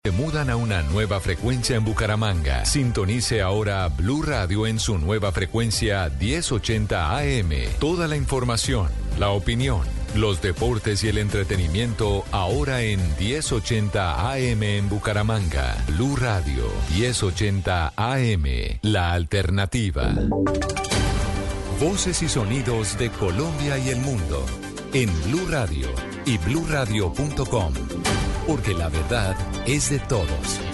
Se mudan a una nueva frecuencia en Bucaramanga. Sintonice ahora Blue Radio en su nueva frecuencia 1080 AM. Toda la información, la opinión, los deportes y el entretenimiento ahora en 1080 AM en Bucaramanga. Blue Radio 1080 AM. La alternativa. Voces y sonidos de Colombia y el mundo en Blue Radio y bluradio.com. Porque la verdad es de todos.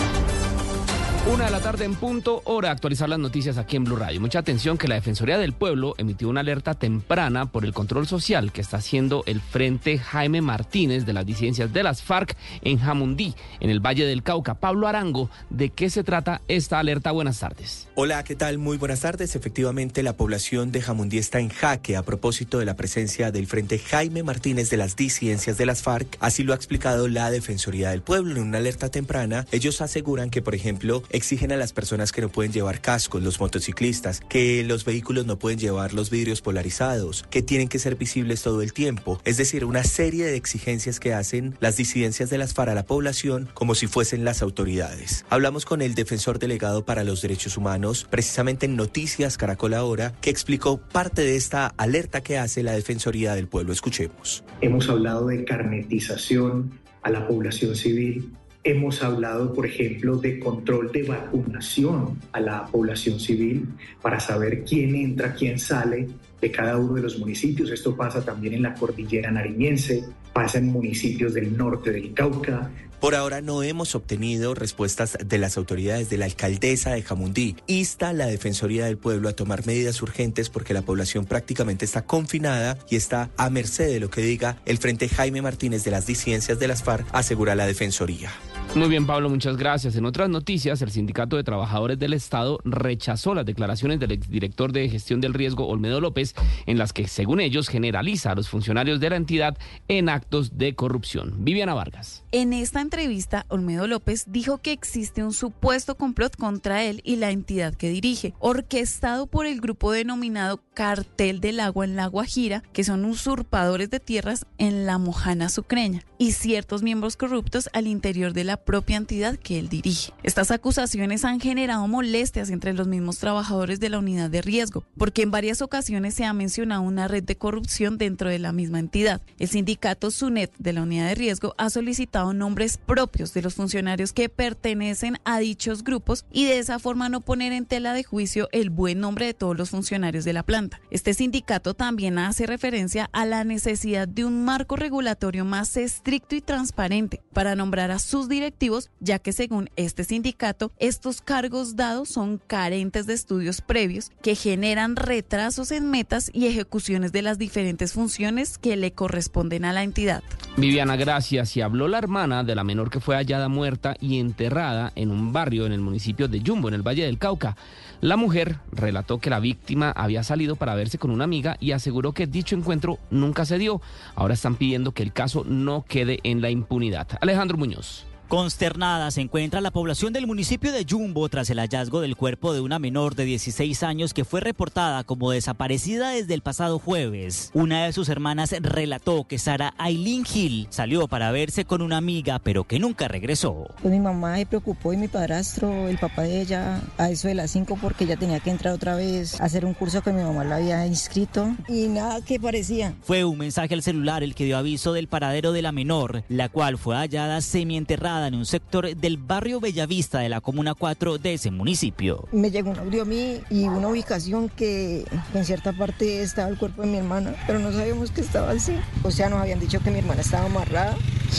1:00 p.m. en punto, hora de actualizar las noticias aquí en Blue Radio. Mucha atención que la Defensoría del Pueblo emitió una alerta temprana por el control social que está haciendo el Frente Jaime Martínez de las disidencias de las FARC en Jamundí, en el Valle del Cauca. Pablo Arango, ¿de qué se trata esta alerta? Buenas tardes. Hola, ¿qué tal? Muy buenas tardes. Efectivamente, la población de Jamundí está en jaque a propósito de la presencia del Frente Jaime Martínez de las disidencias de las FARC. Así lo ha explicado la Defensoría del Pueblo en una alerta temprana. Ellos aseguran que, por ejemplo, exigen a las personas que no pueden llevar cascos, los motociclistas, que los vehículos no pueden llevar los vidrios polarizados, que tienen que ser visibles todo el tiempo. Es decir, una serie de exigencias que hacen las disidencias de las FARC a la población como si fuesen las autoridades. Hablamos con el defensor delegado para los derechos humanos, precisamente en Noticias Caracol Ahora, que explicó parte de esta alerta que hace la Defensoría del Pueblo. Escuchemos. Hemos hablado de carnetización a la población civil. Hemos hablado, por ejemplo, de control de vacunación a la población civil para saber quién entra, quién sale de cada uno de los municipios. Esto pasa también en la cordillera nariñense, pasa en municipios del norte del Cauca. Por ahora no hemos obtenido respuestas de las autoridades. De la alcaldesa de Jamundí insta a la Defensoría del Pueblo a tomar medidas urgentes porque la población prácticamente está confinada y está a merced de lo que diga el Frente Jaime Martínez de las disidencias de las FARC, asegura la Defensoría. Muy bien, Pablo, muchas gracias. En otras noticias, el Sindicato de Trabajadores del Estado rechazó las declaraciones del exdirector de Gestión del Riesgo, Olmedo López, en las que, según ellos, generaliza a los funcionarios de la entidad en actos de corrupción. Viviana Vargas. En esta entrevista, Olmedo López dijo que existe un supuesto complot contra él y la entidad que dirige, orquestado por el grupo denominado Cartel del Agua en La Guajira, que son usurpadores de tierras en la Mojana Sucreña, y ciertos miembros corruptos al interior de la propia entidad que él dirige. Estas acusaciones han generado molestias entre los mismos trabajadores de la unidad de riesgo, porque en varias ocasiones se ha mencionado una red de corrupción dentro de la misma entidad. El sindicato SUNET de la unidad de riesgo ha solicitado nombres propios de los funcionarios que pertenecen a dichos grupos y de esa forma no poner en tela de juicio el buen nombre de todos los funcionarios de la planta. Este sindicato también hace referencia a la necesidad de un marco regulatorio más estricto y transparente para nombrar a sus directivos, ya que según este sindicato, estos cargos dados son carentes de estudios previos que generan retrasos en metas y ejecuciones de las diferentes funciones que le corresponden a la entidad. Viviana, gracias. Y habló la hermana de la menor que fue hallada muerta y enterrada en un barrio en el municipio de Yumbo, en el Valle del Cauca. La mujer relató que la víctima había salido para verse con una amiga y aseguró que dicho encuentro nunca se dio. Ahora están pidiendo que el caso no quede en la impunidad. Alejandro Muñoz. Consternada se encuentra la población del municipio de Yumbo tras el hallazgo del cuerpo de una menor de 16 años que fue reportada como desaparecida desde el pasado jueves. Una de sus hermanas relató que Sara Aileen Gil salió para verse con una amiga, pero que nunca regresó. Pues mi mamá se preocupó y mi padrastro, el papá de ella, a eso de las 5 porque ella tenía que entrar otra vez a hacer un curso que mi mamá la había inscrito y nada que parecía. Fue un mensaje al celular el que dio aviso del paradero de la menor, la cual fue hallada semienterrada en un sector del barrio Bellavista de la Comuna 4 de ese municipio. Me llegó un audio a mí y una ubicación que en cierta parte estaba el cuerpo de mi hermana, pero no sabíamos que estaba así. O sea, nos habían dicho que mi hermana estaba amarrada.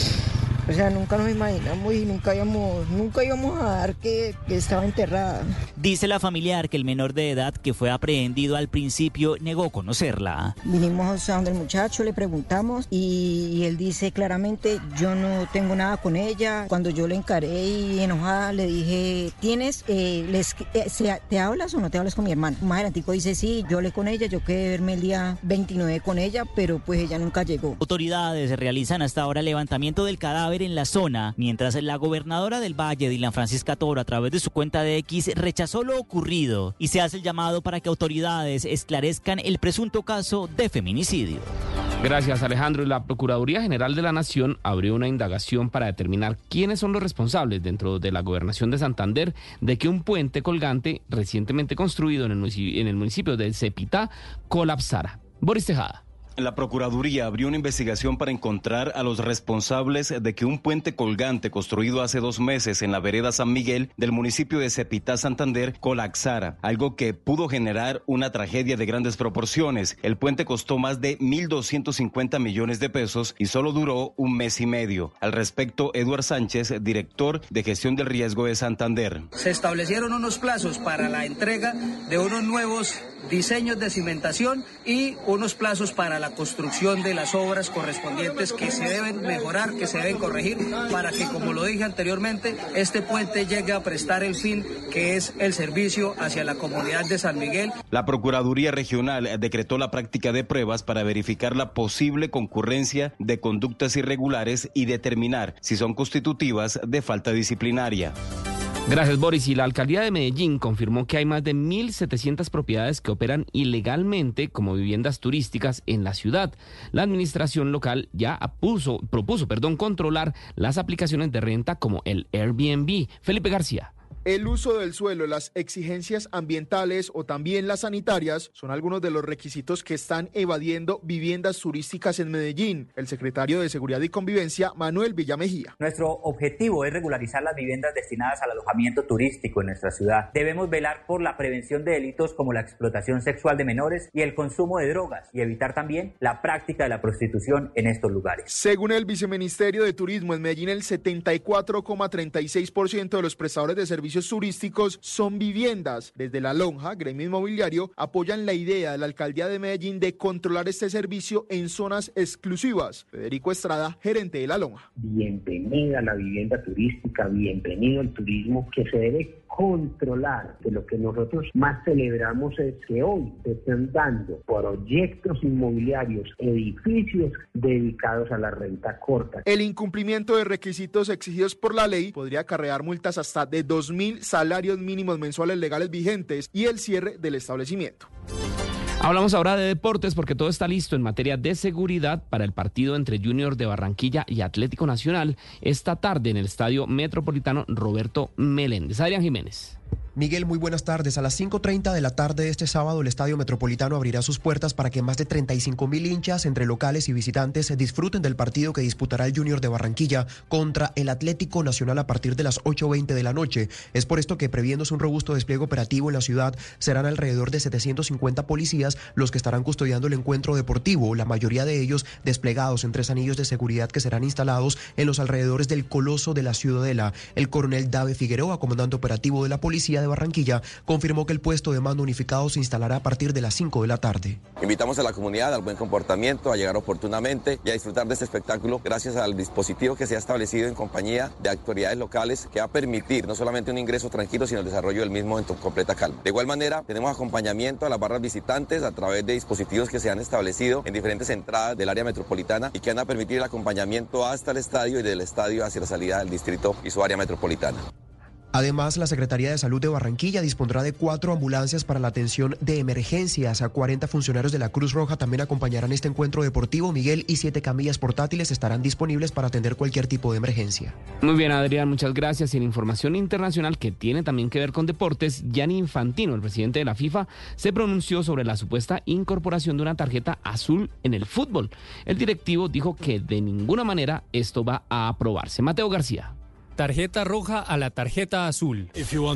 O sea, nunca nos imaginamos y nunca íbamos a dar que estaba enterrada. Dice la familiar que el menor de edad que fue aprehendido al principio negó conocerla. Vinimos a donde el muchacho, le preguntamos y él dice claramente, yo no tengo nada con ella. Cuando yo le encaré y enojada le dije, ¿te hablas o no te hablas con mi hermana? Más adelantico dice, sí, yo hablé con ella, yo quedé verme el día 29 con ella, pero pues ella nunca llegó. Autoridades realizan hasta ahora levantamiento del cadáver en la zona, mientras la gobernadora del Valle, Dylan Francisca Toro, a través de su cuenta de X, rechazó lo ocurrido y se hace el llamado para que autoridades esclarezcan el presunto caso de feminicidio. Gracias, Alejandro. Y la Procuraduría General de la Nación abrió una indagación para determinar quiénes son los responsables dentro de la Gobernación de Santander de que un puente colgante recientemente construido en el municipio de Cepitá colapsara. Boris Tejada. La Procuraduría abrió una investigación para encontrar a los responsables de que un puente colgante construido hace 2 meses en la vereda San Miguel del municipio de Cepitá, Santander, colapsara, algo que pudo generar una tragedia de grandes proporciones. El puente costó más de 1.250 millones de pesos y solo duró 1 mes y medio. Al respecto, Eduard Sánchez, director de Gestión del Riesgo de Santander. Se establecieron unos plazos para la entrega de unos nuevos diseños de cimentación y unos plazos para la construcción de las obras correspondientes que se deben mejorar, que se deben corregir, para que, como lo dije anteriormente, este puente llegue a prestar el fin que es el servicio hacia la comunidad de San Miguel. La Procuraduría Regional decretó la práctica de pruebas para verificar la posible concurrencia de conductas irregulares y determinar si son constitutivas de falta disciplinaria. Gracias, Boris. Y la alcaldía de Medellín confirmó que hay más de 1.700 propiedades que operan ilegalmente como viviendas turísticas en la ciudad. La administración local ya propuso controlar las aplicaciones de renta como el Airbnb. Felipe García. El uso del suelo, las exigencias ambientales o también las sanitarias son algunos de los requisitos que están evadiendo viviendas turísticas en Medellín. El secretario de Seguridad y Convivencia, Manuel Villamejía. Nuestro objetivo es regularizar las viviendas destinadas al alojamiento turístico en nuestra ciudad. Debemos velar por la prevención de delitos como la explotación sexual de menores y el consumo de drogas y evitar también la práctica de la prostitución en estos lugares. Según el Viceministerio de Turismo, en Medellín el 74,36% de los prestadores de servicios turísticos son viviendas. Desde La Lonja, gremio inmobiliario, apoyan la idea de la alcaldía de Medellín de controlar este servicio en zonas exclusivas. Federico Estrada, gerente de La Lonja. Bienvenida la vivienda turística, bienvenido el turismo, que se debe controlar. De lo que nosotros más celebramos es que hoy se están dando proyectos inmobiliarios, edificios dedicados a la renta corta. El incumplimiento de requisitos exigidos por la ley podría acarrear multas hasta de 2.000 salarios mínimos mensuales legales vigentes y el cierre del establecimiento. Hablamos ahora de deportes porque todo está listo en materia de seguridad para el partido entre Junior de Barranquilla y Atlético Nacional esta tarde en el Estadio Metropolitano Roberto Meléndez. Adrián Jiménez. Miguel, muy buenas tardes. A las 5:30 de la tarde de este sábado, el Estadio Metropolitano abrirá sus puertas para que más de 35.000 hinchas entre locales y visitantes disfruten del partido que disputará el Junior de Barranquilla contra el Atlético Nacional a partir de las 8:20 de la noche. Es por esto que, previéndose un robusto despliegue operativo en la ciudad, serán alrededor de 750 policías los que estarán custodiando el encuentro deportivo, la mayoría de ellos desplegados en 3 anillos de seguridad que serán instalados en los alrededores del Coloso de la Ciudadela. El coronel Dave Figueroa, comandante operativo de la Policía de Barranquilla, confirmó que el puesto de mando unificado se instalará a partir de las 5 de la tarde. Invitamos a la comunidad al buen comportamiento, a llegar oportunamente y a disfrutar de este espectáculo gracias al dispositivo que se ha establecido en compañía de autoridades locales que va a permitir no solamente un ingreso tranquilo, sino el desarrollo del mismo en completa calma. De igual manera, tenemos acompañamiento a las barras visitantes a través de dispositivos que se han establecido en diferentes entradas del área metropolitana y que van a permitir el acompañamiento hasta el estadio y del estadio hacia la salida del distrito y su área metropolitana. Además, la Secretaría de Salud de Barranquilla dispondrá de 4 ambulancias para la atención de emergencias. A 40 funcionarios de la Cruz Roja también acompañarán este encuentro deportivo, Miguel, y 7 camillas portátiles estarán disponibles para atender cualquier tipo de emergencia. Muy bien, Adrián, muchas gracias. Y en información internacional que tiene también que ver con deportes, Gianni Infantino, el presidente de la FIFA, se pronunció sobre la supuesta incorporación de una tarjeta azul en el fútbol. El directivo dijo que de ninguna manera esto va a aprobarse. Mateo García. Tarjeta roja a la tarjeta azul.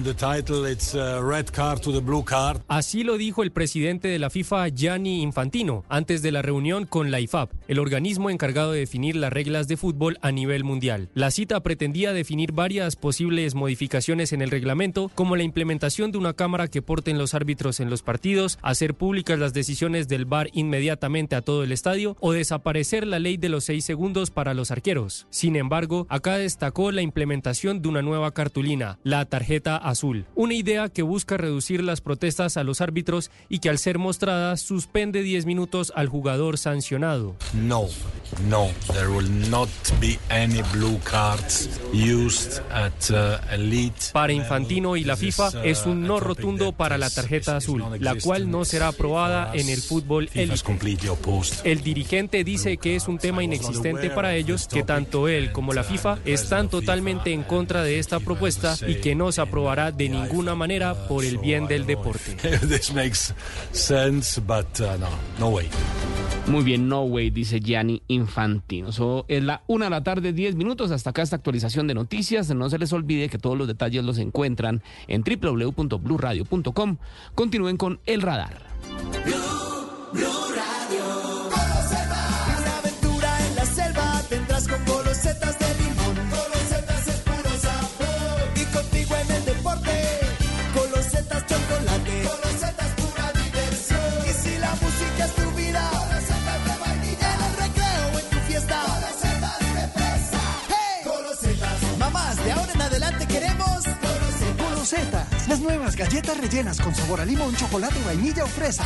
Así lo dijo el presidente de la FIFA, Gianni Infantino, antes de la reunión con la IFAB, el organismo encargado de definir las reglas de fútbol a nivel mundial. La cita pretendía definir varias posibles modificaciones en el reglamento, como la implementación de una cámara que porten los árbitros en los partidos, hacer públicas las decisiones del VAR inmediatamente a todo el estadio o desaparecer la ley de los 6 segundos para los arqueros. Sin embargo, acá destacó la implementación implementación de una nueva cartulina, la tarjeta azul. Una idea que busca reducir las protestas a los árbitros y que al ser mostrada suspende 10 minutos al jugador sancionado. No, there will not be any blue cards used at elite. Para Infantino y la FIFA es un no rotundo para la tarjeta azul, la cual no será aprobada en el fútbol élite. El dirigente dice que es un tema inexistente para ellos, que tanto él como la FIFA están totalmente en contra de esta propuesta y que no se aprobará de ninguna manera por el bien del deporte. This makes sense, but no way. Muy bien, no way, dice Gianni Infantino. Es la 1:10 p.m. Hasta acá esta actualización de noticias. No se les olvide que todos los detalles los encuentran en www.bluradio.com. Continúen con El Radar. Blue Radio. Golosetas. Una aventura en la selva tendrás con golosetas de limón. Golosetas es puro sabor. Y contigo en el deporte, golosetas chocolate. Golosetas pura diversión. Y si la música es tu vida, golosetas de vainilla en el recreo o en tu fiesta. Golosetas de fresa. ¡Hey! Golosetas. Mamás, de ahora en adelante queremos golosetas. Golosetas, las nuevas galletas rellenas con sabor a limón, chocolate, vainilla o fresa.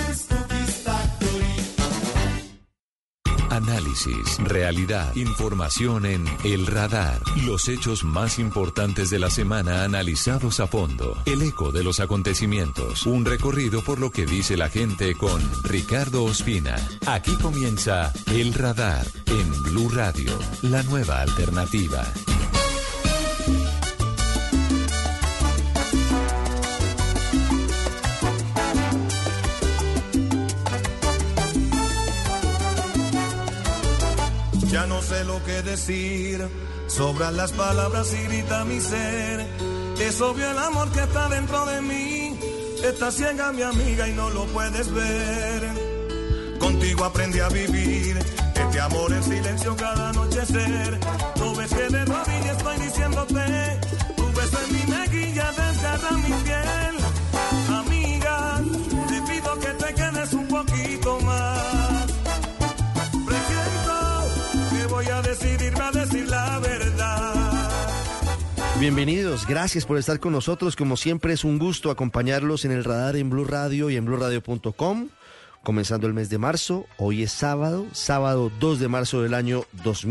Análisis, realidad, información en El Radar. Los hechos más importantes de la semana analizados a fondo. El eco de los acontecimientos. Un recorrido por lo que dice la gente con Ricardo Ospina. Aquí comienza El Radar en Blue Radio, la nueva alternativa. Ya no sé lo que decir, sobran las palabras y grita mi ser. Es obvio el amor que está dentro de mí, está ciega mi amiga y no lo puedes ver. Contigo aprendí a vivir, este amor en silencio cada anochecer. No ves que de rodillas estoy diciéndote, tu beso en mi mejilla desgarra mi piel. Amiga, te pido que te quedes un poquito más. Voy a decidirme a decir la verdad. Bienvenidos, gracias por estar con nosotros. Como siempre es un gusto acompañarlos en El Radar en Blue Radio y en bluradio.com. Comenzando el mes de marzo, hoy es sábado 2 de marzo del año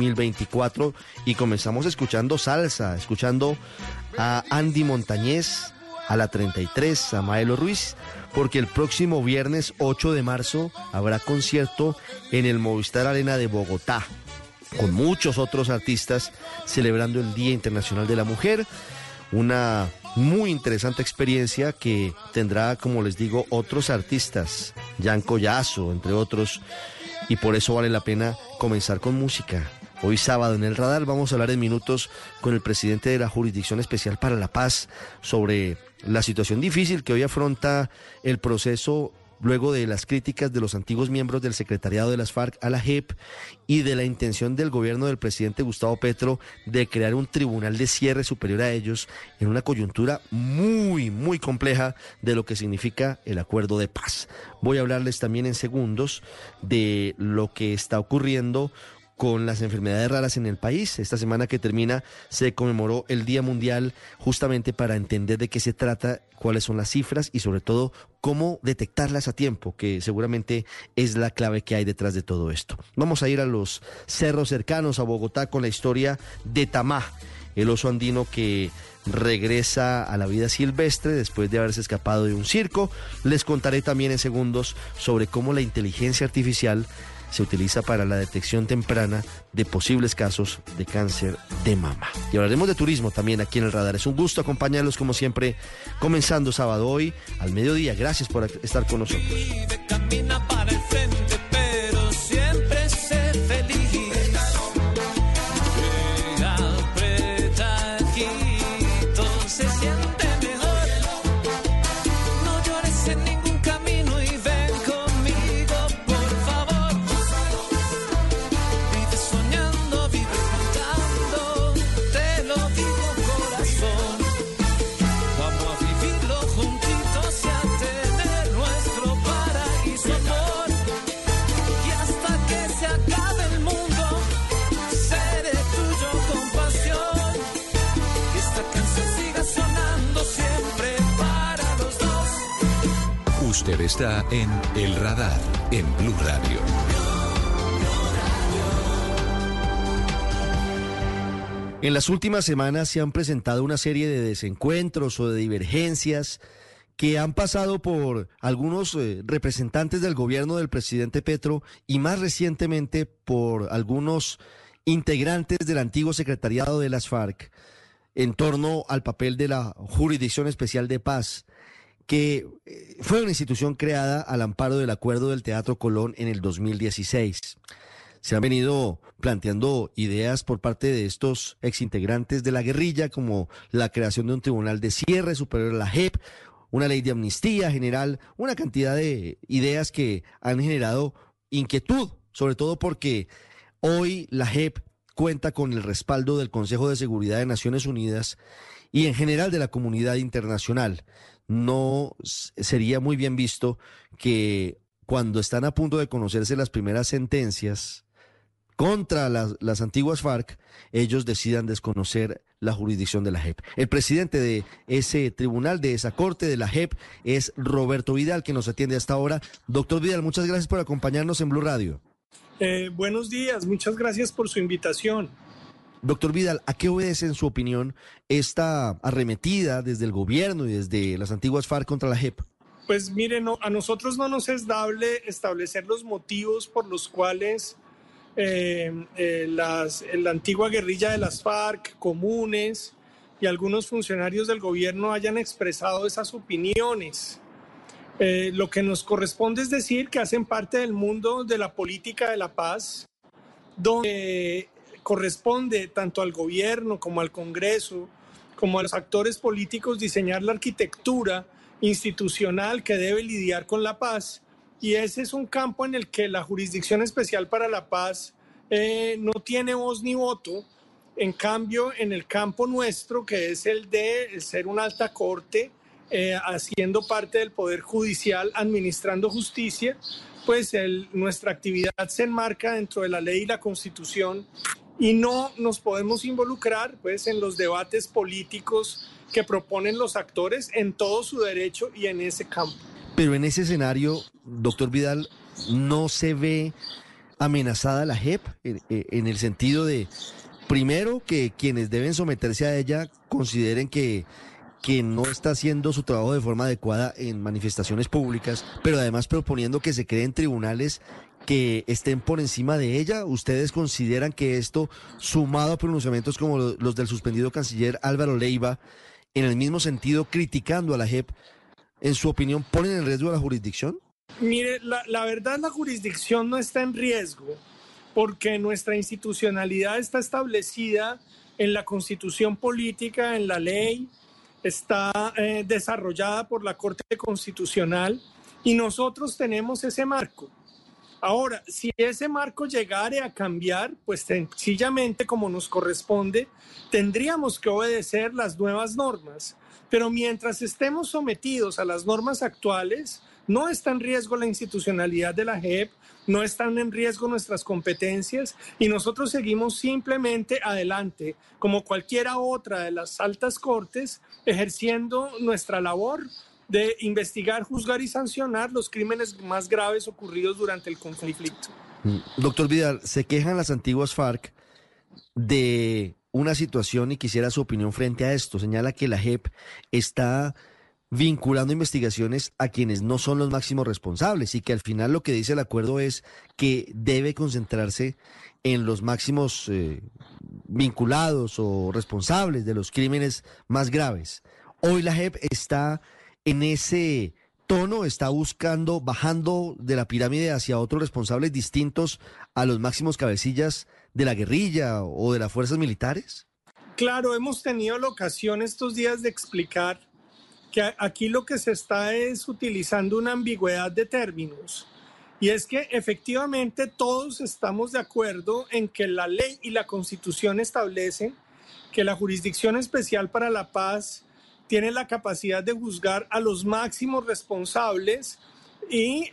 2024 y comenzamos escuchando salsa, escuchando a Andy Montañez, a la 33, a Maelo Ruiz, porque el próximo viernes 8 de marzo habrá concierto en el Movistar Arena de Bogotá, con muchos otros artistas celebrando el Día Internacional de la Mujer. Una muy interesante experiencia que tendrá, como les digo, otros artistas, Jan Collazo, entre otros, y por eso vale la pena comenzar con música. Hoy sábado en El Radar vamos a hablar en minutos con el presidente de la Jurisdicción Especial para la Paz sobre la situación difícil que hoy afronta el proceso luego de las críticas de los antiguos miembros del secretariado de las FARC a la JEP y de la intención del gobierno del presidente Gustavo Petro de crear un tribunal de cierre superior a ellos en una coyuntura muy, muy compleja de lo que significa el acuerdo de paz. Voy a hablarles también en segundos de lo que está ocurriendo con las enfermedades raras en el país. Esta semana que termina se conmemoró el Día Mundial justamente para entender de qué se trata, cuáles son las cifras y sobre todo cómo detectarlas a tiempo, que seguramente es la clave que hay detrás de todo esto. Vamos a ir a los cerros cercanos a Bogotá con la historia de Tamá, el oso andino que regresa a la vida silvestre después de haberse escapado de un circo. Les contaré también en segundos sobre cómo la inteligencia artificial se utiliza para la detección temprana de posibles casos de cáncer de mama. Y hablaremos de turismo también aquí en El Radar. Es un gusto acompañarlos como siempre, comenzando sábado hoy al mediodía. Gracias por estar con nosotros. Camina para el frente, pero siempre sé feliz. Apretadito, se siente mejor. No llores en ningún camino y ven conmigo, por favor. Vive soñando, vive contando, te lo digo corazón. Vamos a vivirlo juntitos y a tener nuestro paraíso. Usted está en El Radar, en Blue Radio. En las últimas semanas se han presentado una serie de desencuentros o de divergencias que han pasado por algunos representantes del gobierno del presidente Petro y más recientemente por algunos integrantes del antiguo secretariado de las FARC en torno al papel de la Jurisdicción Especial de Paz, que fue una institución creada al amparo del acuerdo del Teatro Colón en el 2016. Se han venido planteando ideas por parte de estos exintegrantes de la guerrilla, como la creación de un tribunal de cierre superior a la JEP, una ley de amnistía general, una cantidad de ideas que han generado inquietud, sobre todo porque hoy la JEP cuenta con el respaldo del Consejo de Seguridad de Naciones Unidas y en general de la comunidad internacional. No sería muy bien visto que cuando están a punto de conocerse las primeras sentencias contra las antiguas FARC, ellos decidan desconocer la jurisdicción de la JEP. El presidente de ese tribunal, de esa corte de la JEP, es Roberto Vidal, que nos atiende hasta ahora. Doctor Vidal, muchas gracias por acompañarnos en Blue Radio. Buenos días, muchas gracias por su invitación. Doctor Vidal, ¿a qué obedece, en su opinión, esta arremetida desde el gobierno y desde las antiguas FARC contra la JEP? Pues mire, a nosotros no nos es dable establecer los motivos por los cuales la antigua guerrilla de las FARC, comunes y algunos funcionarios del gobierno hayan expresado esas opiniones. Lo que nos corresponde es decir que hacen parte del mundo de la política de la paz, donde corresponde tanto al gobierno como al Congreso, como a los actores políticos diseñar la arquitectura institucional que debe lidiar con la paz. Y ese es un campo en el que la Jurisdicción Especial para la Paz no tiene voz ni voto. En cambio, en el campo nuestro, que es el de ser una alta corte, haciendo parte del Poder Judicial, administrando justicia, pues nuestra actividad se enmarca dentro de la ley y la Constitución y no nos podemos involucrar pues, en los debates políticos que proponen los actores en todo su derecho y en ese campo. Pero en ese escenario, doctor Vidal, ¿no se ve amenazada la JEP en el sentido de, primero, que quienes deben someterse a ella consideren que no está haciendo su trabajo de forma adecuada en manifestaciones públicas, pero además proponiendo que se creen tribunales que estén por encima de ella? ¿Ustedes consideran que esto, sumado a pronunciamientos como los del suspendido canciller Álvaro Leiva, en el mismo sentido criticando a la JEP, en su opinión, ponen en riesgo a la jurisdicción? Mire, la verdad, la jurisdicción no está en riesgo porque nuestra institucionalidad está establecida en la Constitución política, en la ley, está desarrollada por la Corte Constitucional y nosotros tenemos ese marco. Ahora, si ese marco llegara a cambiar, pues sencillamente como nos corresponde, tendríamos que obedecer las nuevas normas. Pero mientras estemos sometidos a las normas actuales, no está en riesgo la institucionalidad de la JEP, no están en riesgo nuestras competencias y nosotros seguimos simplemente adelante, como cualquiera otra de las altas cortes, ejerciendo nuestra labor de investigar, juzgar y sancionar los crímenes más graves ocurridos durante el conflicto. Doctor Vidal, se quejan las antiguas FARC de una situación y quisiera su opinión frente a esto. Señala que la JEP está vinculando investigaciones a quienes no son los máximos responsables y que al final lo que dice el acuerdo es que debe concentrarse en los máximos vinculados o responsables de los crímenes más graves. Hoy la JEP está en ese tono, está buscando, bajando de la pirámide hacia otros responsables distintos a los máximos cabecillas de la guerrilla o de las fuerzas militares. Claro, hemos tenido la ocasión estos días de explicar que aquí lo que se está es utilizando una ambigüedad de términos. Y es que efectivamente todos estamos de acuerdo en que la ley y la Constitución establecen que la Jurisdicción Especial para la Paz tiene la capacidad de juzgar a los máximos responsables y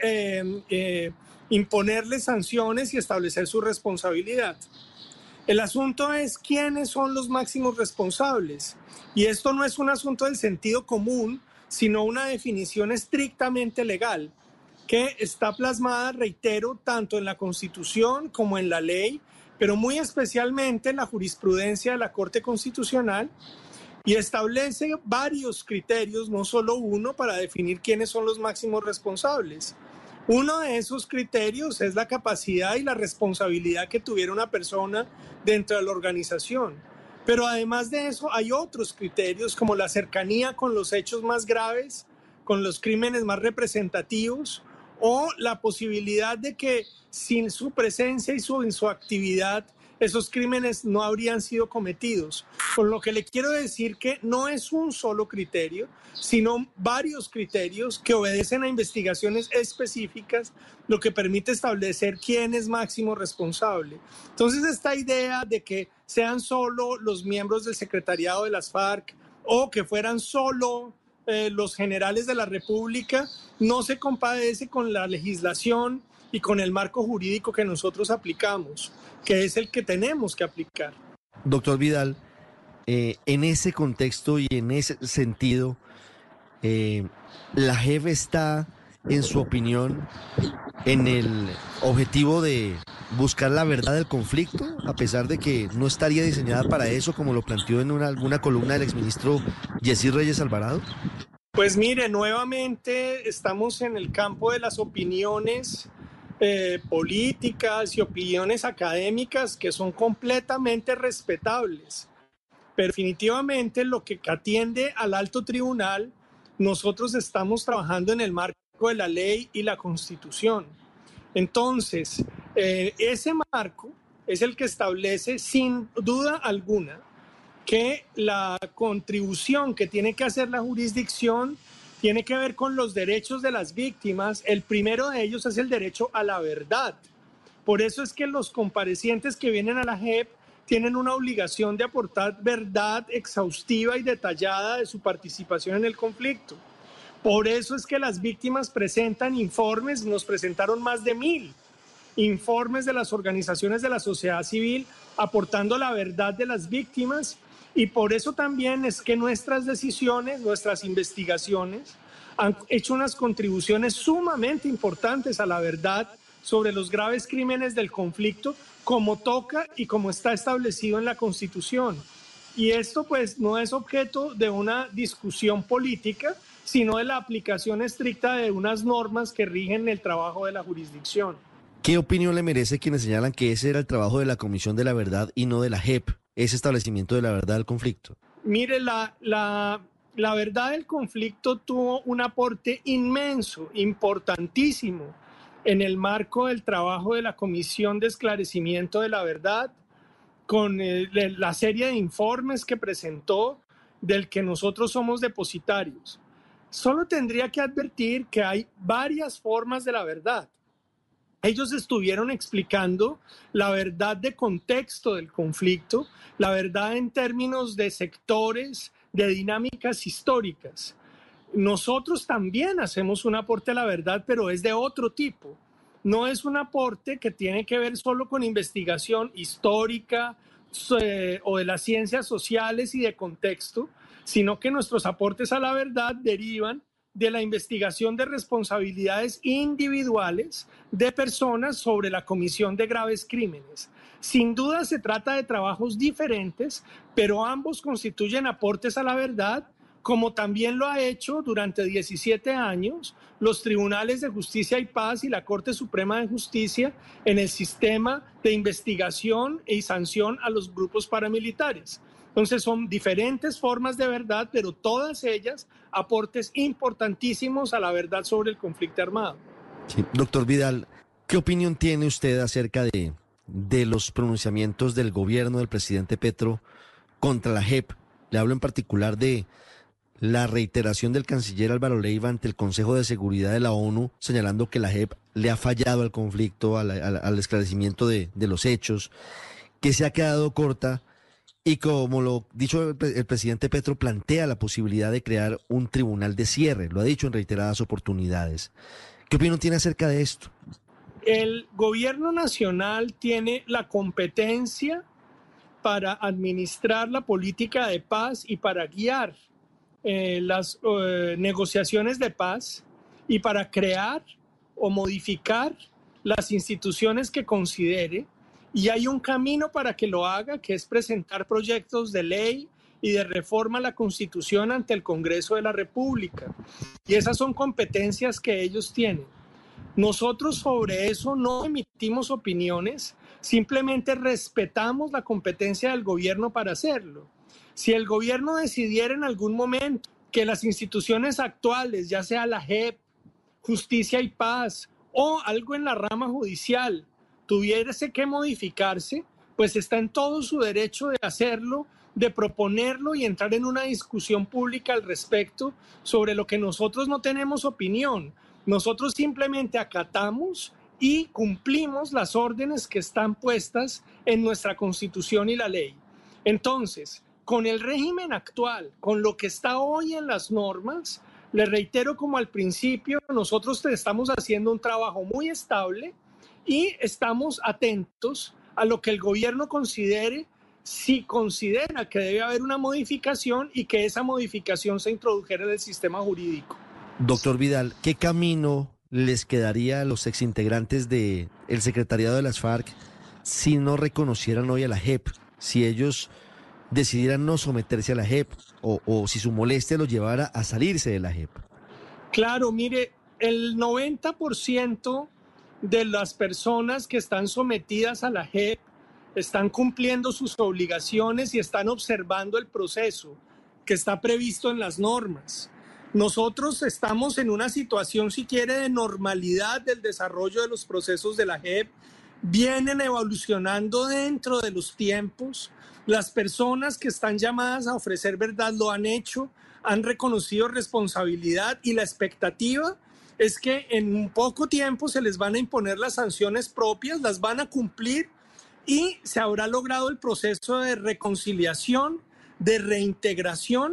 imponerles sanciones y establecer su responsabilidad. El asunto es quiénes son los máximos responsables. Y esto no es un asunto del sentido común, sino una definición estrictamente legal que está plasmada, reitero, tanto en la Constitución como en la ley, pero muy especialmente en la jurisprudencia de la Corte Constitucional, y establece varios criterios, no solo uno, para definir quiénes son los máximos responsables. Uno de esos criterios es la capacidad y la responsabilidad que tuviera una persona dentro de la organización. Pero además de eso hay otros criterios como la cercanía con los hechos más graves, con los crímenes más representativos, o la posibilidad de que sin su presencia y su actividad esos crímenes no habrían sido cometidos. Con lo que le quiero decir que no es un solo criterio, sino varios criterios que obedecen a investigaciones específicas, lo que permite establecer quién es máximo responsable. Entonces, esta idea de que sean solo los miembros del secretariado de las FARC o que fueran solo los generales de la República no se compadece con la legislación y con el marco jurídico que nosotros aplicamos, que es el que tenemos que aplicar. Doctor Vidal, en ese contexto y en ese sentido, la JEP está, en su opinión, en el objetivo de buscar la verdad del conflicto, a pesar de que no estaría diseñada para eso, como lo planteó en alguna columna del exministro Yesir Reyes Alvarado. Pues mire, nuevamente estamos en el campo de las opiniones políticas y opiniones académicas que son completamente respetables. Pero definitivamente lo que atiende al alto tribunal, nosotros estamos trabajando en el marco de la ley y la Constitución. Entonces, ese marco es el que establece sin duda alguna que la contribución que tiene que hacer la jurisdicción tiene que ver con los derechos de las víctimas. El primero de ellos es el derecho a la verdad. Por eso es que los comparecientes que vienen a la JEP tienen una obligación de aportar verdad exhaustiva y detallada de su participación en el conflicto. Por eso es que las víctimas presentan informes, nos presentaron más de 1000 informes de las organizaciones de la sociedad civil aportando la verdad de las víctimas. Y por eso también es que nuestras decisiones, nuestras investigaciones han hecho unas contribuciones sumamente importantes a la verdad sobre los graves crímenes del conflicto, como toca y como está establecido en la Constitución. Y esto pues no es objeto de una discusión política, sino de la aplicación estricta de unas normas que rigen el trabajo de la jurisdicción. ¿Qué opinión le merece quienes señalan que ese era el trabajo de la Comisión de la Verdad y no de la JEP? Ese establecimiento de la verdad del conflicto. Mire, la verdad del conflicto tuvo un aporte inmenso, importantísimo, en el marco del trabajo de la Comisión de Esclarecimiento de la Verdad, con la serie de informes que presentó, del que nosotros somos depositarios. Solo tendría que advertir que hay varias formas de la verdad. Ellos estuvieron explicando la verdad de contexto del conflicto, la verdad en términos de sectores, de dinámicas históricas. Nosotros también hacemos un aporte a la verdad, pero es de otro tipo. No es un aporte que tiene que ver solo con investigación histórica o de las ciencias sociales y de contexto, sino que nuestros aportes a la verdad derivan de la investigación de responsabilidades individuales de personas sobre la comisión de graves crímenes. Sin duda se trata de trabajos diferentes, pero ambos constituyen aportes a la verdad, como también lo ha hecho durante 17 años los Tribunales de Justicia y Paz y la Corte Suprema de Justicia en el sistema de investigación y sanción a los grupos paramilitares. Entonces son diferentes formas de verdad, pero todas ellas aportes importantísimos a la verdad sobre el conflicto armado. Sí. Doctor Vidal, ¿qué opinión tiene usted acerca de los pronunciamientos del gobierno del presidente Petro contra la JEP? Le hablo en particular de la reiteración del canciller Álvaro Leiva ante el Consejo de Seguridad de la ONU, señalando que la JEP le ha fallado al conflicto, al esclarecimiento de los hechos, que se ha quedado corta. Y como lo dicho el presidente Petro, plantea la posibilidad de crear un tribunal de cierre, lo ha dicho en reiteradas oportunidades. ¿Qué opinión tiene acerca de esto? El gobierno nacional tiene la competencia para administrar la política de paz y para guiar las negociaciones de paz y para crear o modificar las instituciones que considere, y hay un camino para que lo haga, que es presentar proyectos de ley y de reforma a la Constitución ante el Congreso de la República. Y esas son competencias que ellos tienen. Nosotros sobre eso no emitimos opiniones, simplemente respetamos la competencia del gobierno para hacerlo. Si el gobierno decidiera en algún momento que las instituciones actuales, ya sea la JEP, Justicia y Paz o algo en la rama judicial, tuviese que modificarse, pues está en todo su derecho de hacerlo, de proponerlo y entrar en una discusión pública al respecto sobre lo que nosotros no tenemos opinión. Nosotros simplemente acatamos y cumplimos las órdenes que están puestas en nuestra Constitución y la ley. Entonces, con el régimen actual, con lo que está hoy en las normas, le reitero como al principio, nosotros estamos haciendo un trabajo muy estable y estamos atentos a lo que el gobierno considere, si considera que debe haber una modificación y que esa modificación se introdujera en el sistema jurídico. Doctor Vidal, ¿qué camino les quedaría a los exintegrantes del secretariado de las FARC si no reconocieran hoy a la JEP, si ellos decidieran no someterse a la JEP o si su molestia los llevara a salirse de la JEP? Claro, mire, el 90% de las personas que están sometidas a la JEP están cumpliendo sus obligaciones y están observando el proceso que está previsto en las normas. Nosotros estamos en una situación, si quiere, de normalidad del desarrollo de los procesos de la JEP. Vienen evolucionando dentro de los tiempos. Las personas que están llamadas a ofrecer verdad lo han hecho, han reconocido responsabilidad y la expectativa es que en poco tiempo se les van a imponer las sanciones propias, las van a cumplir y se habrá logrado el proceso de reconciliación, de reintegración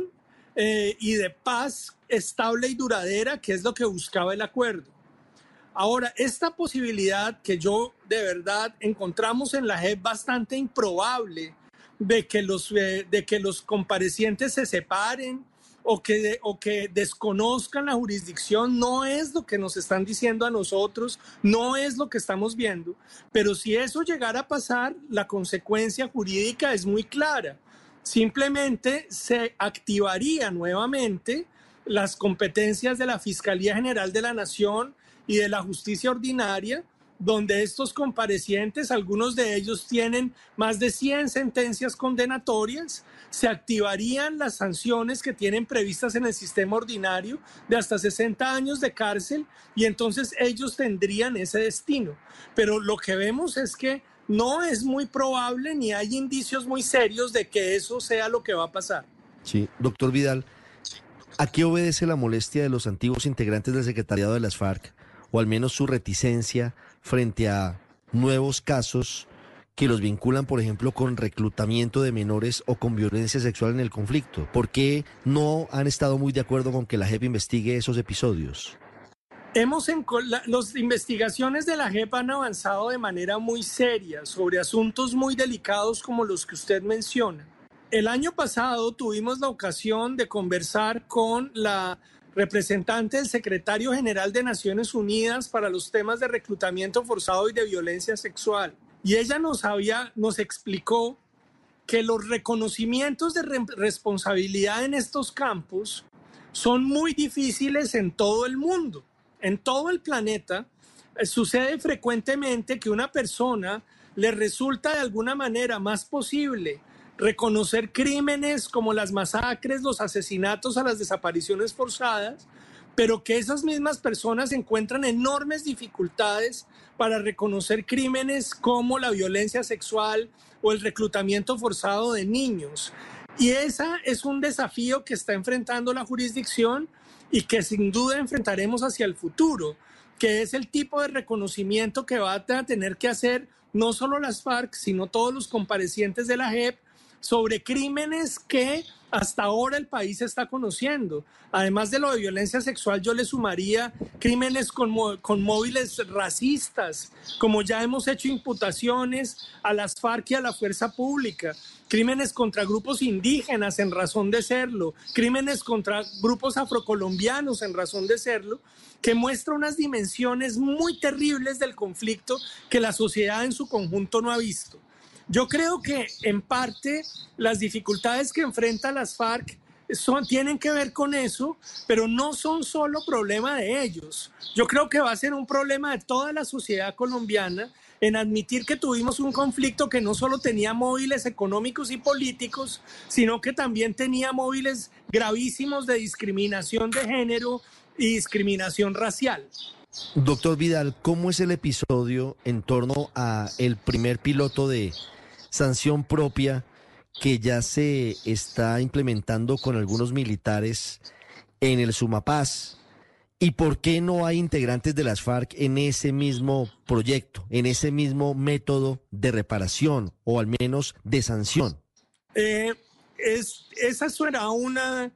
y de paz estable y duradera, que es lo que buscaba el acuerdo. Ahora, esta posibilidad que yo de verdad encontramos en la JEP bastante improbable de que los comparecientes se separen o que desconozcan la jurisdicción, no es lo que nos están diciendo a nosotros, no es lo que estamos viendo, pero si eso llegara a pasar, la consecuencia jurídica es muy clara. Simplemente se activaría nuevamente las competencias de la Fiscalía General de la Nación y de la Justicia Ordinaria, donde estos comparecientes, algunos de ellos tienen más de 100 sentencias condenatorias, se activarían las sanciones que tienen previstas en el sistema ordinario de hasta 60 años de cárcel y entonces ellos tendrían ese destino. Pero lo que vemos es que no es muy probable ni hay indicios muy serios de que eso sea lo que va a pasar. Sí, doctor Vidal, ¿a qué obedece la molestia de los antiguos integrantes del secretariado de las FARC, o al menos su reticencia frente a nuevos casos que los vinculan, por ejemplo, con reclutamiento de menores o con violencia sexual en el conflicto? ¿Por qué no han estado muy de acuerdo con que la JEP investigue esos episodios? Las investigaciones de la JEP han avanzado de manera muy seria sobre asuntos muy delicados como los que usted menciona. El año pasado tuvimos la ocasión de conversar con la representante del secretario general de Naciones Unidas para los temas de reclutamiento forzado y de violencia sexual. Y ella nos explicó que los reconocimientos de responsabilidad en estos campos son muy difíciles en todo el mundo. En todo el planeta sucede frecuentemente que una persona le resulta de alguna manera más posible reconocer crímenes como las masacres, los asesinatos o las desapariciones forzadas, pero que esas mismas personas encuentran enormes dificultades para reconocer crímenes como la violencia sexual o el reclutamiento forzado de niños. Y ese es un desafío que está enfrentando la jurisdicción y que sin duda enfrentaremos hacia el futuro, que es el tipo de reconocimiento que va a tener que hacer no solo las FARC, sino todos los comparecientes de la JEP sobre crímenes que hasta ahora el país está conociendo. Además de lo de violencia sexual, yo le sumaría crímenes con móviles racistas, como ya hemos hecho imputaciones a las FARC y a la fuerza pública, crímenes contra grupos indígenas en razón de serlo, crímenes contra grupos afrocolombianos en razón de serlo, que muestra unas dimensiones muy terribles del conflicto que la sociedad en su conjunto no ha visto. Yo creo que en parte las dificultades que enfrentan las FARC tienen que ver con eso, pero no son solo problema de ellos. Yo creo que va a ser un problema de toda la sociedad colombiana en admitir que tuvimos un conflicto que no solo tenía móviles económicos y políticos, sino que también tenía móviles gravísimos de discriminación de género y discriminación racial. Doctor Vidal, ¿cómo es el episodio en torno a el primer piloto de sanción propia que ya se está implementando con algunos militares en el Sumapaz? ¿Y por qué no hay integrantes de las FARC en ese mismo proyecto, en ese mismo método de reparación o al menos de sanción? Esa suena una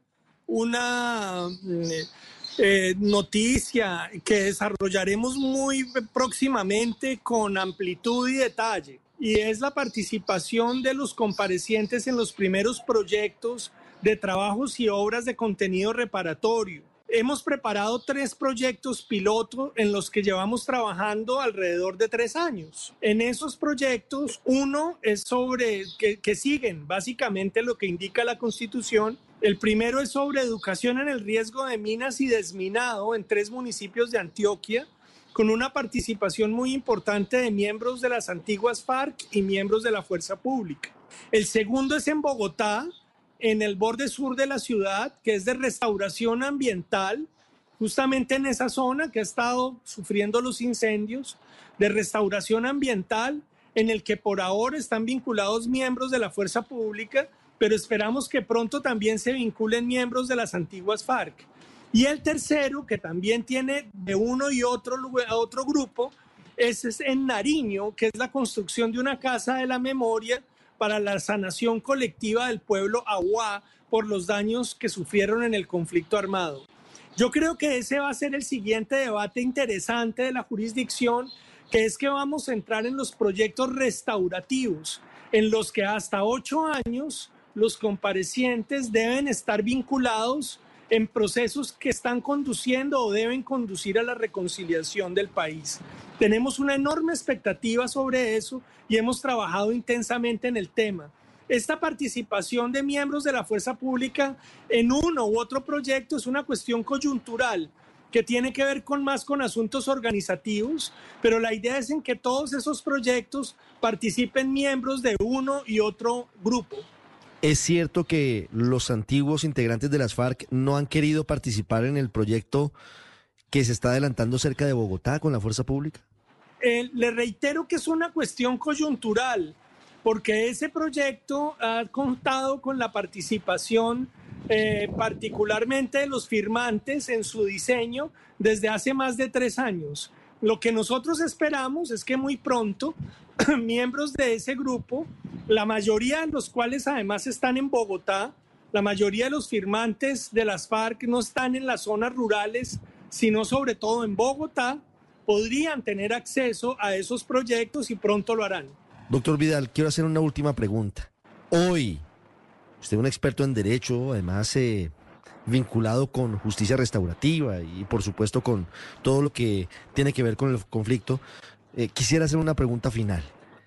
noticia que desarrollaremos muy próximamente con amplitud y detalle, y es la participación de los comparecientes en los primeros proyectos de trabajos y obras de contenido reparatorio. Hemos preparado 3 proyectos piloto en los que llevamos trabajando alrededor de 3 años. En esos proyectos, uno es sobre que siguen básicamente lo que indica la Constitución. El primero es sobre educación en el riesgo de minas y desminado en 3 municipios de Antioquia, con una participación muy importante de miembros de las antiguas FARC y miembros de la fuerza pública. El segundo es en Bogotá, en el borde sur de la ciudad, que es de restauración ambiental, justamente en esa zona que ha estado sufriendo los incendios, de restauración ambiental, en el que por ahora están vinculados miembros de la fuerza pública, pero esperamos que pronto también se vinculen miembros de las antiguas FARC. Y el tercero, que también tiene de uno y otro grupo, es en Nariño, que es la construcción de una casa de la memoria para la sanación colectiva del pueblo Aguá por los daños que sufrieron en el conflicto armado. Yo creo que ese va a ser el siguiente debate interesante de la jurisdicción, que es que vamos a entrar en los proyectos restaurativos, en los que hasta 8 años los comparecientes deben estar vinculados en procesos que están conduciendo o deben conducir a la reconciliación del país. Tenemos una enorme expectativa sobre eso y hemos trabajado intensamente en el tema. Esta participación de miembros de la fuerza pública en uno u otro proyecto es una cuestión coyuntural que tiene que ver más con asuntos organizativos, pero la idea es en que todos esos proyectos participen miembros de uno y otro grupo. ¿Es cierto que los antiguos integrantes de las FARC no han querido participar en el proyecto que se está adelantando cerca de Bogotá con la fuerza pública? Le reitero que es una cuestión coyuntural, porque ese proyecto ha contado con la participación particularmente de los firmantes en su diseño desde hace más de 3 años. Lo que nosotros esperamos es que muy pronto miembros de ese grupo, la mayoría de los cuales además están en Bogotá, la mayoría de los firmantes de las FARC no están en las zonas rurales, sino sobre todo en Bogotá, podrían tener acceso a esos proyectos y pronto lo harán. Doctor Vidal, quiero hacer una última pregunta. Hoy, usted es un experto en derecho, además vinculado con justicia restaurativa y por supuesto con todo lo que tiene que ver con el conflicto. Quisiera hacer una pregunta final.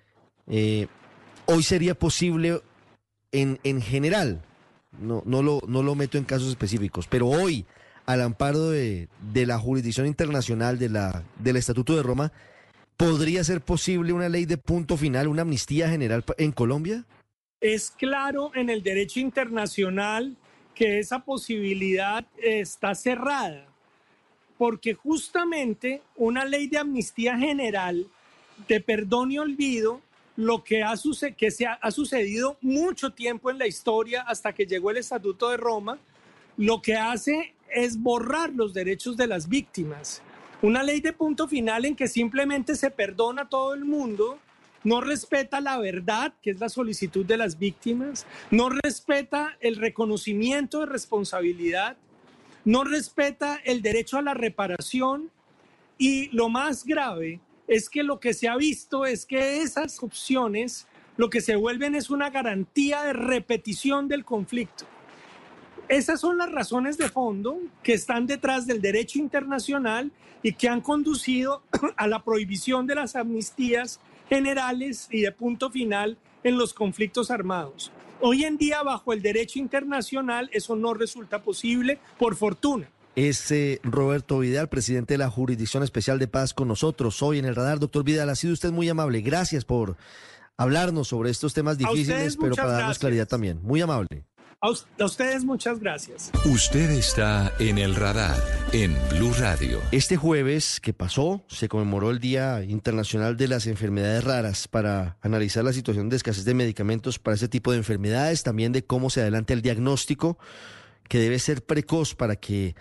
Hoy sería posible, en general, no lo meto en casos específicos, pero hoy, al amparo de la jurisdicción internacional del Estatuto de Roma, ¿podría ser posible una ley de punto final, una amnistía general en Colombia? Es claro en el derecho internacional que esa posibilidad está cerrada, porque justamente una ley de amnistía general, de perdón y olvido, lo que ha sucedido mucho tiempo en la historia hasta que llegó el Estatuto de Roma, lo que hace es borrar los derechos de las víctimas. Una ley de punto final en que simplemente se perdona a todo el mundo no respeta la verdad, que es la solicitud de las víctimas, no respeta el reconocimiento de responsabilidad, no respeta el derecho a la reparación y lo más grave es que lo que se ha visto es que esas opciones lo que se vuelven es una garantía de repetición del conflicto. Esas son las razones de fondo que están detrás del derecho internacional y que han conducido a la prohibición de las amnistías generales y de punto final en los conflictos armados. Hoy en día, bajo el derecho internacional, eso no resulta posible, por fortuna. Es Roberto Vidal, presidente de la Jurisdicción Especial de Paz, con nosotros hoy en el radar. Doctor Vidal, ha sido usted muy amable. Gracias por hablarnos sobre estos temas difíciles, pero para darnos claridad también. Muy amable. A ustedes muchas gracias. Usted está en el radar en Blue Radio. Este jueves que pasó se conmemoró el Día Internacional de las Enfermedades Raras para analizar la situación de escasez de medicamentos para este tipo de enfermedades, también de cómo se adelanta el diagnóstico, que debe ser precoz para que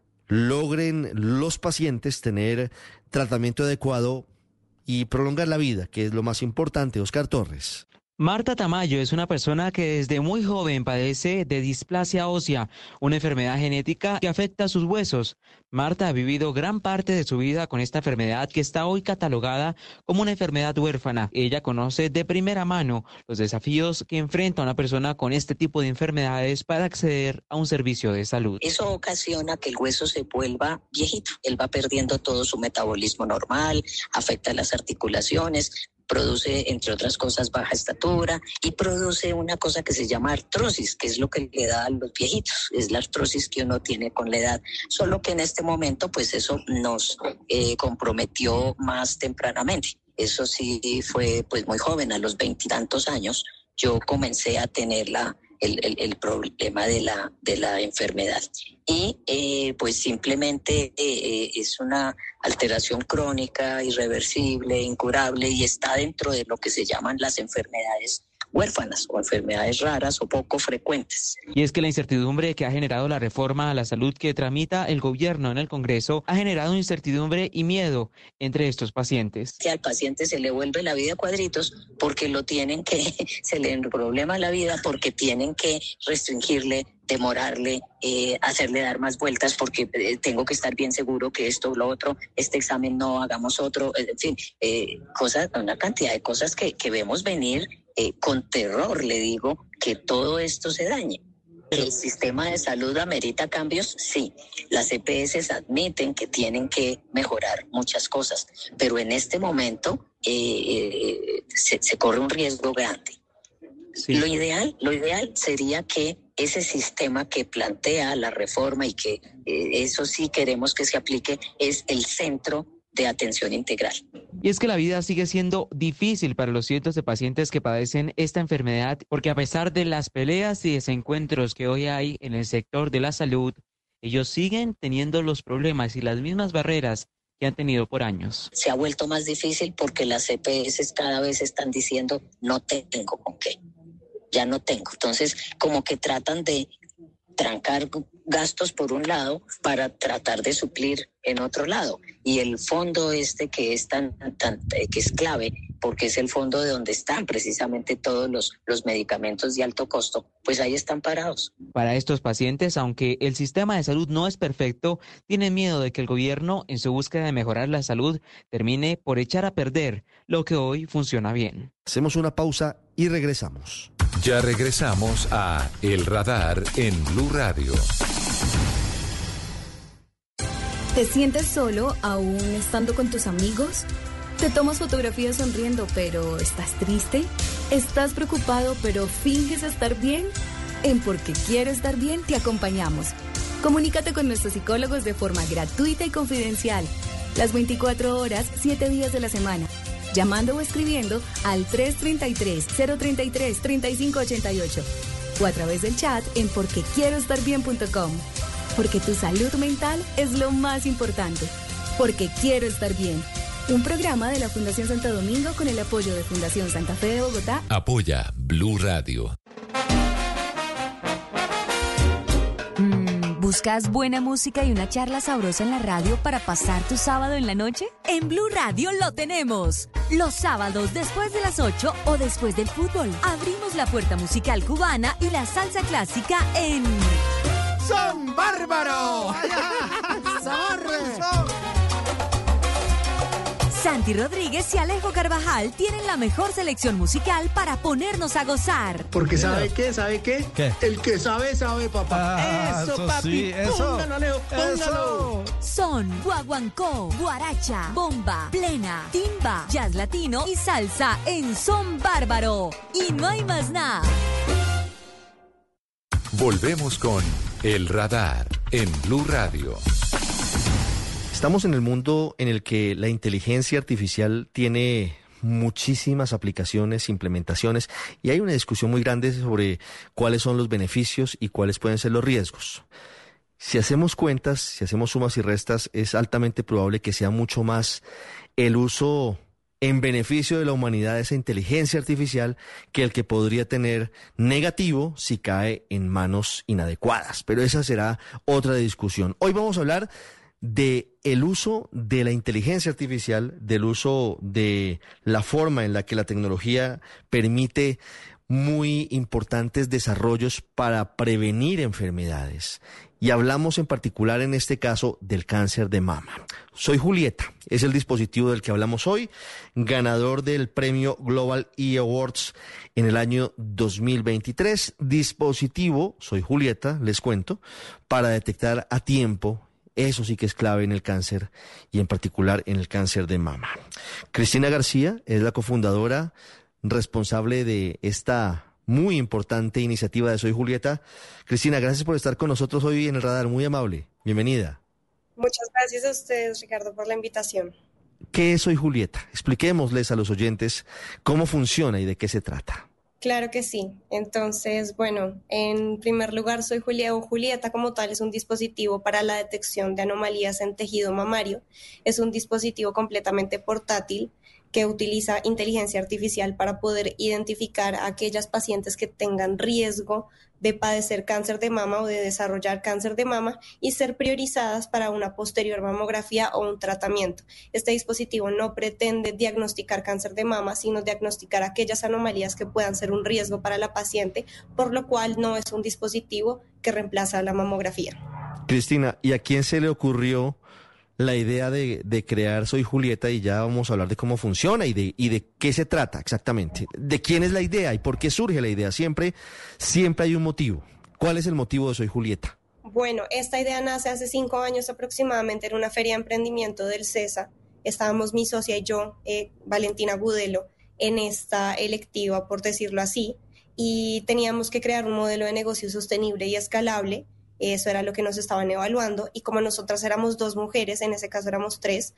logren los pacientes tener tratamiento adecuado y prolongar la vida, que es lo más importante. Oscar Torres. Marta Tamayo es una persona que desde muy joven padece de displasia ósea, una enfermedad genética que afecta a sus huesos. Marta ha vivido gran parte de su vida con esta enfermedad que está hoy catalogada como una enfermedad huérfana. Ella conoce de primera mano los desafíos que enfrenta una persona con este tipo de enfermedades para acceder a un servicio de salud. Eso ocasiona que el hueso se vuelva viejito. Él va perdiendo todo su metabolismo normal, afecta las articulaciones, produce, entre otras cosas, baja estatura y produce una cosa que se llama artrosis, que es lo que le da a los viejitos, es la artrosis que uno tiene con la edad, solo que en este momento pues eso nos comprometió más tempranamente. Eso sí fue pues muy joven, a los 20 y tantos años, yo comencé a tener el problema de la enfermedad. Y pues simplemente es una alteración crónica, irreversible, incurable y está dentro de lo que se llaman las enfermedades huérfanas o enfermedades raras o poco frecuentes. Y es que la incertidumbre que ha generado la reforma a la salud que tramita el gobierno en el Congreso ha generado incertidumbre y miedo entre estos pacientes. Que al paciente se le vuelve la vida a cuadritos porque se le problema la vida porque tienen que restringirle, demorarle, hacerle dar más vueltas porque tengo que estar bien seguro que esto o lo otro, este examen no, hagamos otro, en fin, una cantidad de cosas que vemos venir con terror, le digo, que todo esto se dañe. ¿El sistema de salud amerita cambios? Sí. Las EPS admiten que tienen que mejorar muchas cosas, pero en este momento se corre un riesgo grande. Sí. Lo ideal sería que ese sistema que plantea la reforma y que eso sí queremos que se aplique es el centro de atención integral. Y es que la vida sigue siendo difícil para los cientos de pacientes que padecen esta enfermedad, porque a pesar de las peleas y desencuentros que hoy hay en el sector de la salud, ellos siguen teniendo los problemas y las mismas barreras que han tenido por años. Se ha vuelto más difícil porque las EPS cada vez están diciendo no tengo con qué, ya no tengo. Entonces, como que tratan de trancar gastos por un lado para tratar de suplir en otro lado. Y el fondo que es que es clave, porque es el fondo de donde están precisamente todos los medicamentos de alto costo, pues ahí están parados. Para estos pacientes, aunque el sistema de salud no es perfecto, tienen miedo de que el gobierno, en su búsqueda de mejorar la salud, termine por echar a perder lo que hoy funciona bien. Hacemos una pausa y regresamos. Ya regresamos a El Radar en Blue Radio. ¿Te sientes solo aún estando con tus amigos? ¿Te tomas fotografías sonriendo pero estás triste? ¿Estás preocupado pero finges estar bien? En Porque Quiero Estar Bien te acompañamos. Comunícate con nuestros psicólogos de forma gratuita y confidencial. Las 24 horas, 7 días de la semana. Llamando o escribiendo al 333-033-3588 o a través del chat en porquequieroestarbien.com. Porque tu salud mental es lo más importante. Porque Quiero Estar Bien. Un programa de la Fundación Santo Domingo con el apoyo de Fundación Santa Fe de Bogotá. Apoya Blue Radio. ¿Buscas buena música y una charla sabrosa en la radio para pasar tu sábado en la noche? En Blue Radio lo tenemos. Los sábados después de las 8 o después del fútbol, abrimos la puerta musical cubana y la salsa clásica en... ¡Son Bárbaro! ¡Sabor! Santi Rodríguez y Alejo Carvajal tienen la mejor selección musical para ponernos a gozar. Porque ¿sabe qué? ¿Qué? El que sabe, papá. Eso, papi. sí, eso. Póngalo, Alejo, póngalo. Eso. Son guaguancó, guaracha, bomba, plena, timba, jazz latino y salsa en Son Bárbaro. Y no hay más nada. Volvemos con El Radar en Blue Radio. Estamos en el mundo en el que la inteligencia artificial tiene muchísimas aplicaciones, implementaciones, y hay una discusión muy grande sobre cuáles son los beneficios y cuáles pueden ser los riesgos. Si hacemos cuentas, si hacemos sumas y restas, es altamente probable que sea mucho más el uso en beneficio de la humanidad de esa inteligencia artificial que el que podría tener negativo si cae en manos inadecuadas. Pero esa será otra discusión. Hoy vamos a hablar de el uso de la inteligencia artificial, del uso de la forma en la que la tecnología permite muy importantes desarrollos para prevenir enfermedades. Y hablamos en particular en este caso del cáncer de mama. Soy Julieta, es el dispositivo del que hablamos hoy, ganador del premio Global E Awards en el año 2023. Dispositivo, Soy Julieta, les cuento, para detectar a tiempo. Eso sí que es clave en el cáncer y en particular en el cáncer de mama. Cristina García es la cofundadora responsable de esta muy importante iniciativa de Soy Julieta. Cristina, gracias por estar con nosotros hoy en el radar, muy amable. Bienvenida. Muchas gracias a ustedes, Ricardo, por la invitación. ¿Qué es Soy Julieta? Expliquémosles a los oyentes cómo funciona y de qué se trata. Claro que sí. Entonces, bueno, en primer lugar, Soy Julieta o Julieta como tal es un dispositivo para la detección de anomalías en tejido mamario. Es un dispositivo completamente portátil que utiliza inteligencia artificial para poder identificar a aquellas pacientes que tengan riesgo de padecer cáncer de mama o de desarrollar cáncer de mama y ser priorizadas para una posterior mamografía o un tratamiento. Este dispositivo no pretende diagnosticar cáncer de mama, sino diagnosticar aquellas anomalías que puedan ser un riesgo para la paciente, por lo cual no es un dispositivo que reemplaza la mamografía. Cristina, ¿y a quién se le ocurrió la idea de crear Soy Julieta? Y ya vamos a hablar de cómo funciona y de qué se trata exactamente. ¿De quién es la idea y por qué surge la idea? Siempre hay un motivo. ¿Cuál es el motivo de Soy Julieta? Bueno, esta idea nace hace 5 años aproximadamente en una feria de emprendimiento del CESA. Estábamos mi socia y yo, Valentina Gudelo, en esta electiva, por decirlo así, y teníamos que crear un modelo de negocio sostenible y escalable. Eso era lo que nos estaban evaluando, y como nosotras éramos 2 mujeres, en ese caso éramos 3,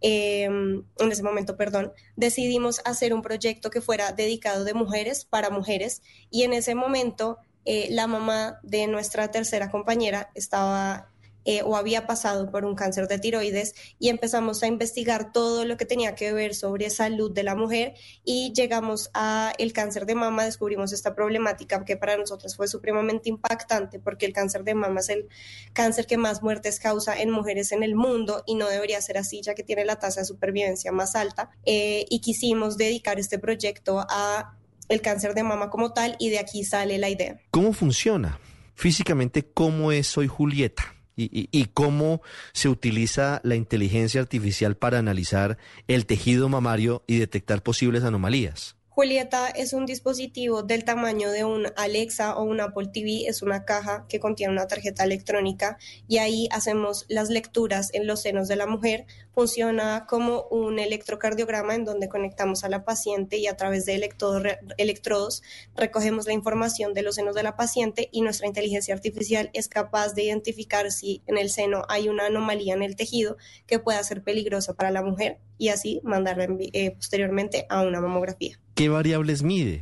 en ese momento, decidimos hacer un proyecto que fuera dedicado de mujeres para mujeres, y en ese momento la mamá de nuestra tercera compañera estaba o había pasado por un cáncer de tiroides, y empezamos a investigar todo lo que tenía que ver sobre salud de la mujer y llegamos a el cáncer de mama. Descubrimos esta problemática que para nosotros fue supremamente impactante, porque el cáncer de mama es el cáncer que más muertes causa en mujeres en el mundo y no debería ser así, ya que tiene la tasa de supervivencia más alta, y quisimos dedicar este proyecto a el cáncer de mama como tal, y de aquí sale la idea. ¿Cómo funciona físicamente? ¿Cómo es Soy Julieta? Y cómo se utiliza la inteligencia artificial para analizar el tejido mamario y detectar posibles anomalías. Julieta es un dispositivo del tamaño de un Alexa o un Apple TV. Es una caja que contiene una tarjeta electrónica y ahí hacemos las lecturas en los senos de la mujer. Funciona como un electrocardiograma en donde conectamos a la paciente y a través de electrodos recogemos la información de los senos de la paciente, y nuestra inteligencia artificial es capaz de identificar si en el seno hay una anomalía en el tejido que pueda ser peligrosa para la mujer, y así mandarla posteriormente a una mamografía. ¿Qué variables mide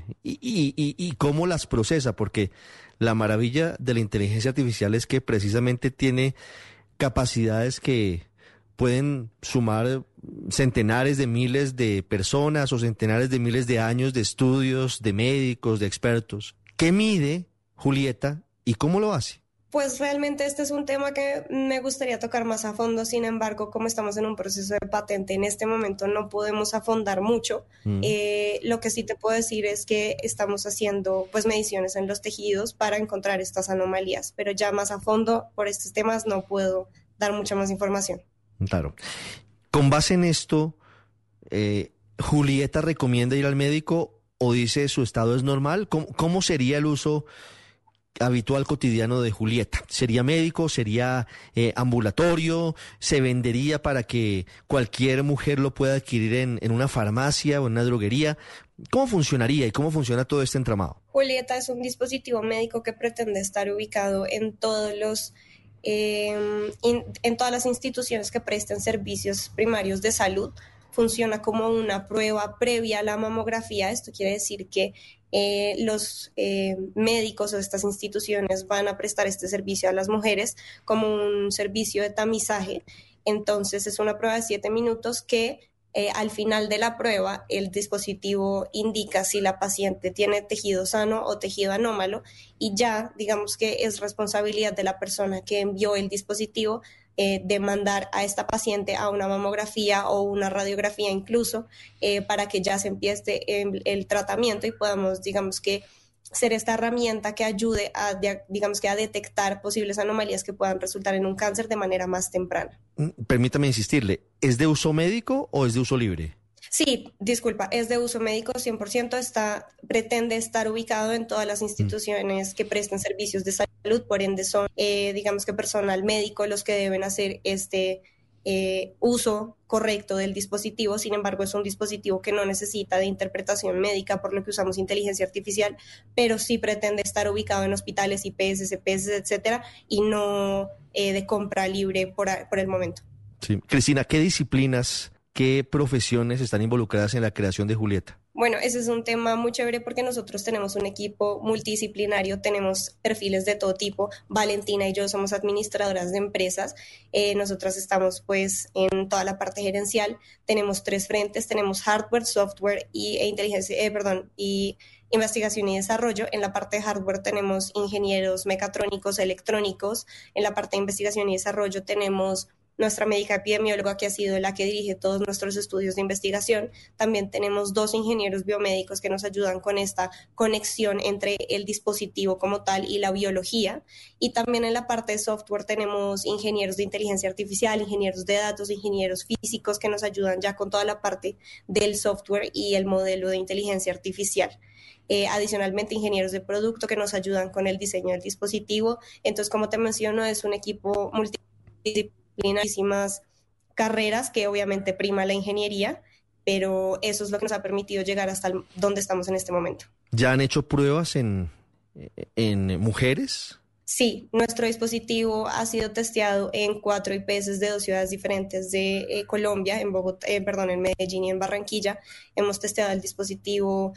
y cómo las procesa? Porque la maravilla de la inteligencia artificial es que precisamente tiene capacidades que pueden sumar centenares de miles de personas o centenares de miles de años de estudios, de médicos, de expertos. ¿Qué mide Julieta y cómo lo hace? Pues realmente este es un tema que me gustaría tocar más a fondo, sin embargo, como estamos en un proceso de patente, en este momento no podemos afondar mucho. Lo que sí te puedo decir es que estamos haciendo pues mediciones en los tejidos para encontrar estas anomalías, pero ya más a fondo por estos temas no puedo dar mucha más información. Claro. Con base en esto, ¿Julieta recomienda ir al médico o dice su estado es normal? ¿Cómo sería el uso habitual cotidiano de Julieta? ¿Sería médico? ¿Sería ambulatorio? ¿Se vendería para que cualquier mujer lo pueda adquirir en una farmacia o en una droguería? ¿Cómo funcionaría y cómo funciona todo este entramado? Julieta es un dispositivo médico que pretende estar ubicado en todos los en todas las instituciones que presten servicios primarios de salud. Funciona como una prueba previa a la mamografía. Esto quiere decir que los médicos o estas instituciones van a prestar este servicio a las mujeres como un servicio de tamizaje. Entonces es una prueba de 7 minutos que al final de la prueba el dispositivo indica si la paciente tiene tejido sano o tejido anómalo, y ya digamos que es responsabilidad de la persona que envió el dispositivo de mandar a esta paciente a una mamografía o una radiografía incluso para que ya se empiece el tratamiento y podamos, digamos que, ser esta herramienta que ayude a detectar posibles anomalías que puedan resultar en un cáncer de manera más temprana. Permítame insistirle, ¿es de uso médico o es de uso libre? Sí, disculpa, es de uso médico 100%, pretende estar ubicado en todas las instituciones que presten servicios de salud, por ende son, digamos que personal médico los que deben hacer este uso correcto del dispositivo. Sin embargo, es un dispositivo que no necesita de interpretación médica, por lo que usamos inteligencia artificial, pero sí pretende estar ubicado en hospitales, IPS, CPS, etcétera, y no de compra libre por el momento. Sí. Cristina, ¿qué disciplinas, qué profesiones están involucradas en la creación de Julieta? Bueno, ese es un tema muy chévere porque nosotros tenemos un equipo multidisciplinario, tenemos perfiles de todo tipo. Valentina y yo somos administradoras de empresas. Nosotras estamos pues en toda la parte gerencial. Tenemos 3 frentes, tenemos hardware, software y investigación y desarrollo. En la parte de hardware tenemos ingenieros mecatrónicos, electrónicos. En la parte de investigación y desarrollo tenemos nuestra médica epidemióloga, que ha sido la que dirige todos nuestros estudios de investigación. También tenemos 2 ingenieros biomédicos que nos ayudan con esta conexión entre el dispositivo como tal y la biología. Y también en la parte de software tenemos ingenieros de inteligencia artificial, ingenieros de datos, ingenieros físicos que nos ayudan ya con toda la parte del software y el modelo de inteligencia artificial. Adicionalmente, ingenieros de producto que nos ayudan con el diseño del dispositivo. Entonces, como te menciono, es un equipo multidisciplinario, carreras que obviamente prima la ingeniería, pero eso es lo que nos ha permitido llegar hasta donde estamos en este momento. ¿Ya han hecho pruebas en mujeres? Sí, nuestro dispositivo ha sido testeado en 4 IPS de 2 ciudades diferentes de Colombia, en Bogotá, en Medellín y en Barranquilla. Hemos testeado el dispositivo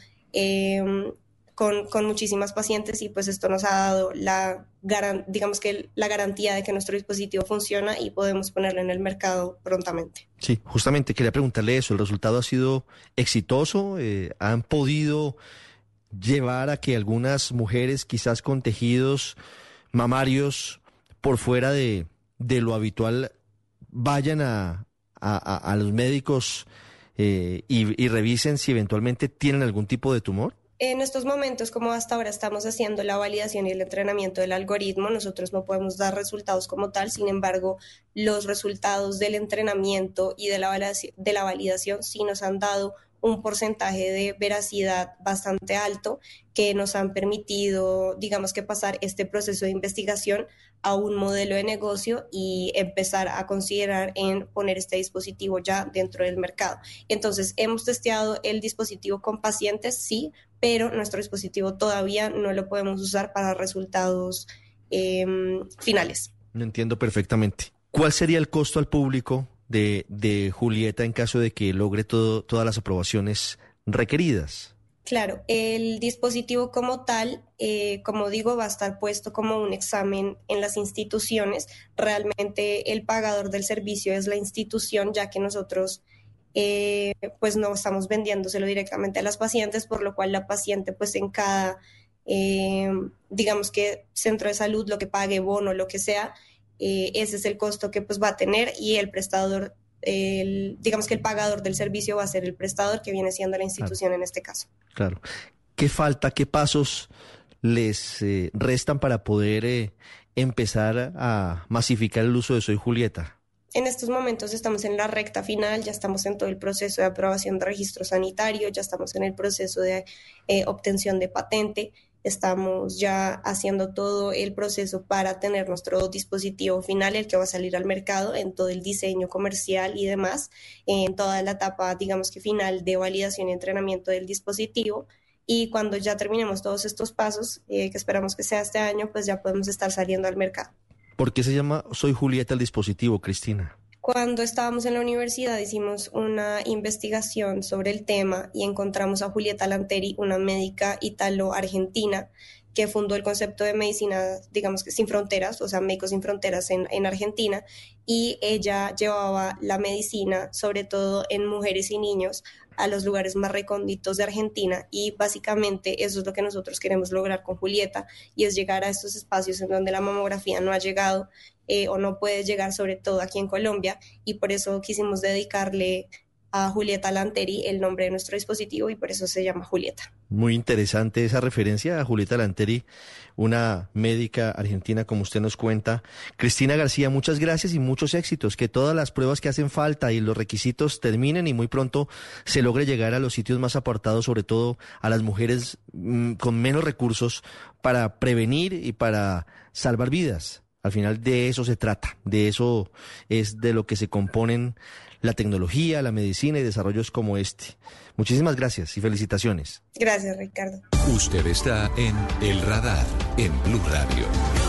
con muchísimas pacientes y pues esto nos ha dado la garantía de que nuestro dispositivo funciona y podemos ponerlo en el mercado prontamente. Sí, justamente quería preguntarle eso. ¿El resultado ha sido exitoso? ¿Han podido llevar a que algunas mujeres quizás con tejidos mamarios por fuera de lo habitual vayan a los médicos y revisen si eventualmente tienen algún tipo de tumor? En estos momentos, como hasta ahora estamos haciendo la validación y el entrenamiento del algoritmo, nosotros no podemos dar resultados como tal. Sin embargo, los resultados del entrenamiento y de la validación sí nos han dado un porcentaje de veracidad bastante alto que nos han permitido, digamos que pasar este proceso de investigación a un modelo de negocio y empezar a considerar en poner este dispositivo ya dentro del mercado. Entonces, hemos testeado el dispositivo con pacientes, sí, pero nuestro dispositivo todavía no lo podemos usar para resultados finales. Lo entiendo perfectamente. ¿Cuál sería el costo al público de Julieta en caso de que logre todas las aprobaciones requeridas? Claro, el dispositivo como tal, como digo, va a estar puesto como un examen en las instituciones. Realmente el pagador del servicio es la institución, ya que nosotros pues no estamos vendiéndoselo directamente a las pacientes, por lo cual la paciente pues en cada digamos que centro de salud, lo que pague, bono, lo que sea, ese es el costo que pues va a tener, y el prestador, digamos que el pagador del servicio va a ser el prestador, que viene siendo la institución en este caso. Claro. ¿Qué falta, qué pasos les restan para poder empezar a masificar el uso de Soy Julieta? En estos momentos estamos en la recta final, ya estamos en todo el proceso de aprobación de registro sanitario, ya estamos en el proceso de obtención de patente, estamos ya haciendo todo el proceso para tener nuestro dispositivo final, el que va a salir al mercado, en todo el diseño comercial y demás, en toda la etapa, digamos que final de validación y entrenamiento del dispositivo. Y cuando ya terminemos todos estos pasos, que esperamos que sea este año, pues ya podemos estar saliendo al mercado. ¿Por qué se llama Soy Julieta el dispositivo, Cristina? Cuando estábamos en la universidad hicimos una investigación sobre el tema y encontramos a Julieta Lanteri, una médica ítalo-argentina que fundó el concepto de medicina, digamos que sin fronteras, o sea, Médicos Sin Fronteras en Argentina, y ella llevaba la medicina, sobre todo en mujeres y niños, a los lugares más recónditos de Argentina, y básicamente eso es lo que nosotros queremos lograr con Julieta, y es llegar a estos espacios en donde la mamografía no ha llegado o no puede llegar, sobre todo aquí en Colombia, y por eso quisimos dedicarle a Julieta Lanteri el nombre de nuestro dispositivo, y por eso se llama Julieta. Muy interesante esa referencia a Julieta Lanteri, una médica argentina, como usted nos cuenta. Cristina García, muchas gracias y muchos éxitos. Que todas las pruebas que hacen falta y los requisitos terminen y muy pronto se logre llegar a los sitios más apartados, sobre todo a las mujeres con menos recursos, para prevenir y para salvar vidas. Al final de eso se trata, de eso es de lo que se componen la tecnología, la medicina y desarrollos como este. Muchísimas gracias y felicitaciones. Gracias, Ricardo. Usted está en El Radar, en Blue Radio.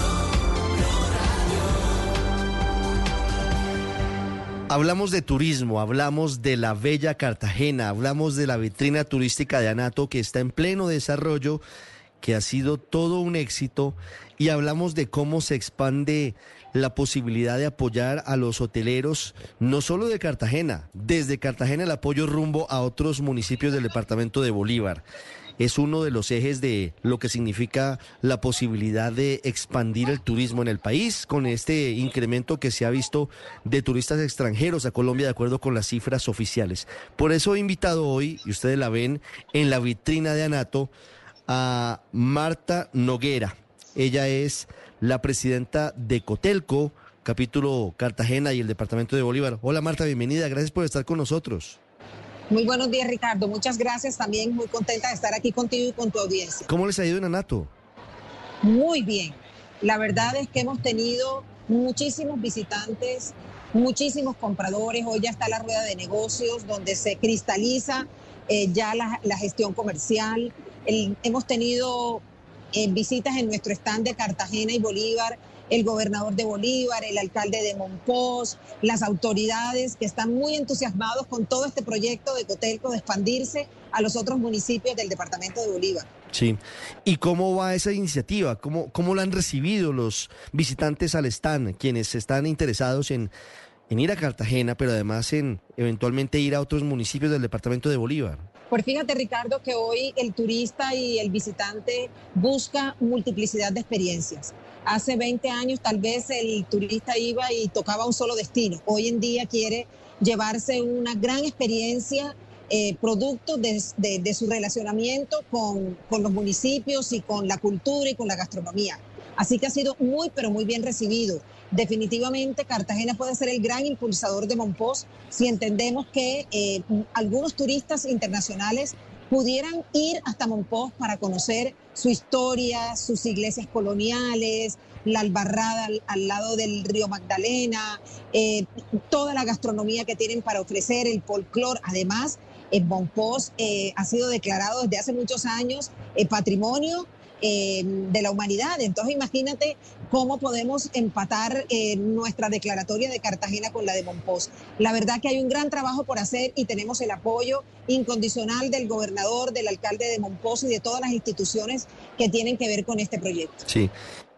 Hablamos de turismo, hablamos de la bella Cartagena, hablamos de la vitrina turística de Anato, que está en pleno desarrollo, que ha sido todo un éxito, y hablamos de cómo se expande la posibilidad de apoyar a los hoteleros, no solo de Cartagena, desde Cartagena el apoyo rumbo a otros municipios del departamento de Bolívar. Es uno de los ejes de lo que significa la posibilidad de expandir el turismo en el país, con este incremento que se ha visto de turistas extranjeros a Colombia, de acuerdo con las cifras oficiales. Por eso he invitado hoy, y ustedes la ven en la vitrina de Anato, a Marta Noguera. Ella es la presidenta de Cotelco, capítulo Cartagena y el departamento de Bolívar. Hola Marta, bienvenida, gracias por estar con nosotros. Muy buenos días, Ricardo, muchas gracias, también muy contenta de estar aquí contigo y con tu audiencia. ¿Cómo les ha ido en Anato? Muy bien, la verdad es que hemos tenido muchísimos visitantes, muchísimos compradores. Hoy ya está la rueda de negocios donde se cristaliza ya la gestión comercial. Hemos tenido visitas en nuestro stand de Cartagena y Bolívar, el gobernador de Bolívar, el alcalde de Monpós, las autoridades que están muy entusiasmados con todo este proyecto de Cotelco de expandirse a los otros municipios del departamento de Bolívar. Sí. ¿Y cómo va esa iniciativa? ¿Cómo la han recibido los visitantes al stand, quienes están interesados en ir a Cartagena, pero además en eventualmente ir a otros municipios del departamento de Bolívar? Pues fíjate, Ricardo, que hoy el turista y el visitante busca multiplicidad de experiencias. Hace 20 años tal vez el turista iba y tocaba un solo destino. Hoy en día quiere llevarse una gran experiencia producto de su relacionamiento con los municipios y con la cultura y con la gastronomía. Así que ha sido muy, pero muy bien recibido. Definitivamente Cartagena puede ser el gran impulsador de Monpós si entendemos que algunos turistas internacionales pudieran ir hasta Monpós para conocer su historia, sus iglesias coloniales, la albarrada al lado del río Magdalena, toda la gastronomía que tienen para ofrecer, el folclore. Además, Monpós ha sido declarado desde hace muchos años patrimonio de la humanidad. Entonces imagínate cómo podemos empatar nuestra declaratoria de Cartagena con la de Monpós. La verdad que hay un gran trabajo por hacer y tenemos el apoyo incondicional del gobernador, del alcalde de Monpós y de todas las instituciones que tienen que ver con este proyecto. Sí.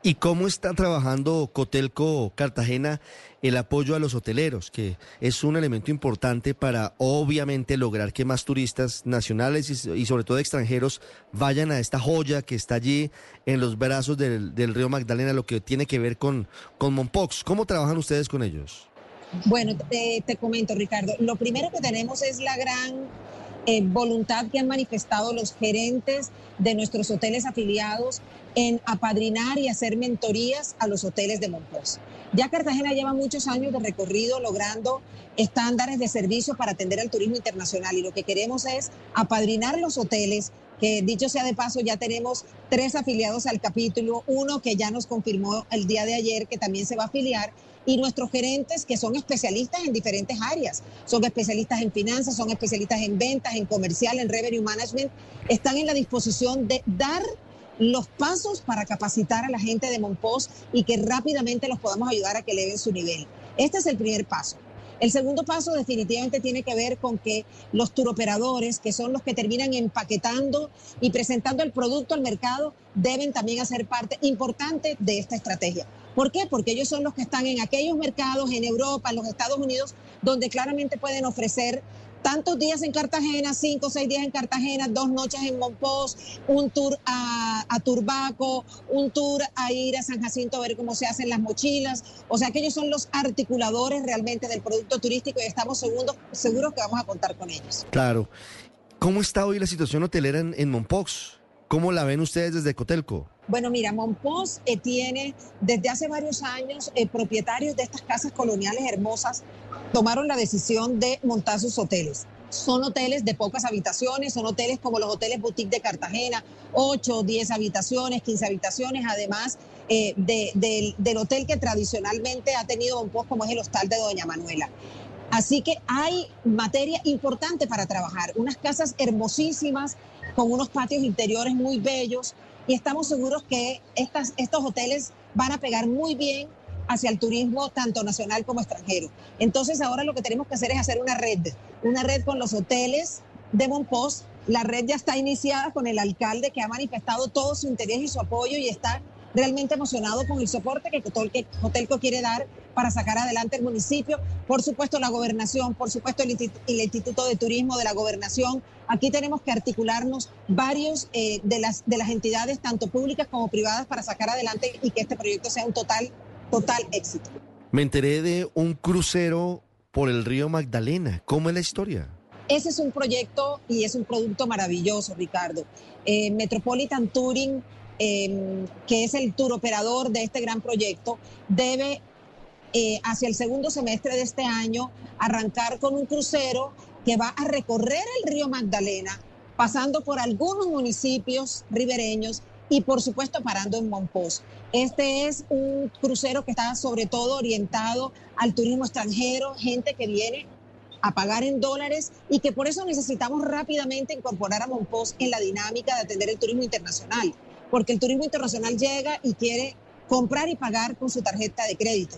¿Y cómo está trabajando Cotelco Cartagena el apoyo a los hoteleros, que es un elemento importante para obviamente lograr que más turistas nacionales y sobre todo extranjeros vayan a esta joya que está allí en los brazos del río Magdalena, lo que tiene que ver con Mompox? ¿Cómo trabajan ustedes con ellos? Bueno, te comento, Ricardo. Lo primero que tenemos es la gran voluntad que han manifestado los gerentes de nuestros hoteles afiliados en apadrinar y hacer mentorías a los hoteles de Mompox. Ya Cartagena lleva muchos años de recorrido logrando estándares de servicio para atender al turismo internacional, y lo que queremos es apadrinar los hoteles, que dicho sea de paso ya tenemos 3 afiliados al capítulo, uno que ya nos confirmó el día de ayer que también se va a afiliar, y nuestros gerentes que son especialistas en diferentes áreas, son especialistas en finanzas, son especialistas en ventas, en comercial, en revenue management, están en la disposición de dar los pasos para capacitar a la gente de Mompox y que rápidamente los podamos ayudar a que eleven su nivel. Este es el primer paso. El segundo paso definitivamente tiene que ver con que los turoperadores, que son los que terminan empaquetando y presentando el producto al mercado, deben también hacer parte importante de esta estrategia. ¿Por qué? Porque ellos son los que están en aquellos mercados, en Europa, en los Estados Unidos, donde claramente pueden ofrecer tantos días en Cartagena, 5 o 6 días en Cartagena, 2 noches en Mompox, un tour a Turbaco, un tour a ir a San Jacinto a ver cómo se hacen las mochilas. O sea que ellos son los articuladores realmente del producto turístico y estamos seguros que vamos a contar con ellos. Claro. ¿Cómo está hoy la situación hotelera en Mompox? ¿Cómo la ven ustedes desde Cotelco? Bueno, mira, Mompox tiene desde hace varios años propietarios de estas casas coloniales hermosas tomaron la decisión de montar sus hoteles. Son hoteles de pocas habitaciones, son hoteles como los hoteles boutique de Cartagena, 8, 10 habitaciones, 15 habitaciones, además del hotel que tradicionalmente ha tenido Mompox, como es el hostal de Doña Manuela. Así que hay materia importante para trabajar, unas casas hermosísimas con unos patios interiores muy bellos, y estamos seguros que estos hoteles van a pegar muy bien hacia el turismo tanto nacional como extranjero. Entonces ahora lo que tenemos que hacer es hacer una red con los hoteles de Mompox. La red ya está iniciada con el alcalde, que ha manifestado todo su interés y su apoyo y está realmente emocionado con el soporte que Cotelco quiere dar para sacar adelante el municipio. Por supuesto la gobernación, por supuesto el Instituto de Turismo de la Gobernación. Aquí tenemos que articularnos varios de las entidades, tanto públicas como privadas, para sacar adelante y que este proyecto sea un total éxito. Me enteré de un crucero por el río Magdalena. ¿Cómo es la historia? Ese es un proyecto y es un producto maravilloso, Ricardo. Metropolitan Touring, que es el tour operador de este gran proyecto, debe hacia el segundo semestre de este año arrancar con un crucero que va a recorrer el río Magdalena, pasando por algunos municipios ribereños y por supuesto parando en Mompox. Este es un crucero que está sobre todo orientado al turismo extranjero, gente que viene a pagar en dólares y que por eso necesitamos rápidamente incorporar a Mompox en la dinámica de atender el turismo internacional, porque el turismo internacional llega y quiere comprar y pagar con su tarjeta de crédito.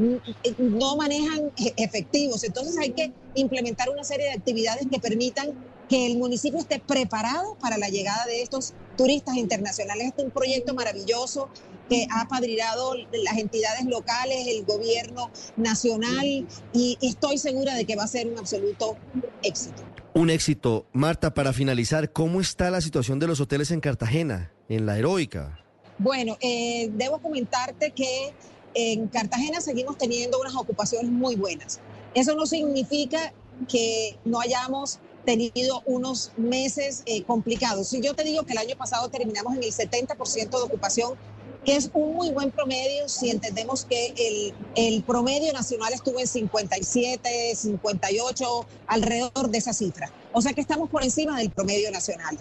No manejan efectivos, entonces hay que implementar una serie de actividades que permitan que el municipio esté preparado para la llegada de estos turistas internacionales. Este es un proyecto maravilloso que ha apadrinado las entidades locales, el gobierno nacional, y estoy segura de que va a ser un absoluto éxito. Un éxito. Marta, para finalizar, ¿cómo está la situación de los hoteles en Cartagena, en La Heroica? Bueno, debo comentarte que en Cartagena seguimos teniendo unas ocupaciones muy buenas. Eso no significa que no hayamos tenido unos meses complicados. Si yo te digo que el año pasado terminamos en el 70% de ocupación, que es un muy buen promedio si entendemos que el promedio nacional estuvo en 57, 58, alrededor de esa cifra. O sea que estamos por encima del promedio nacional.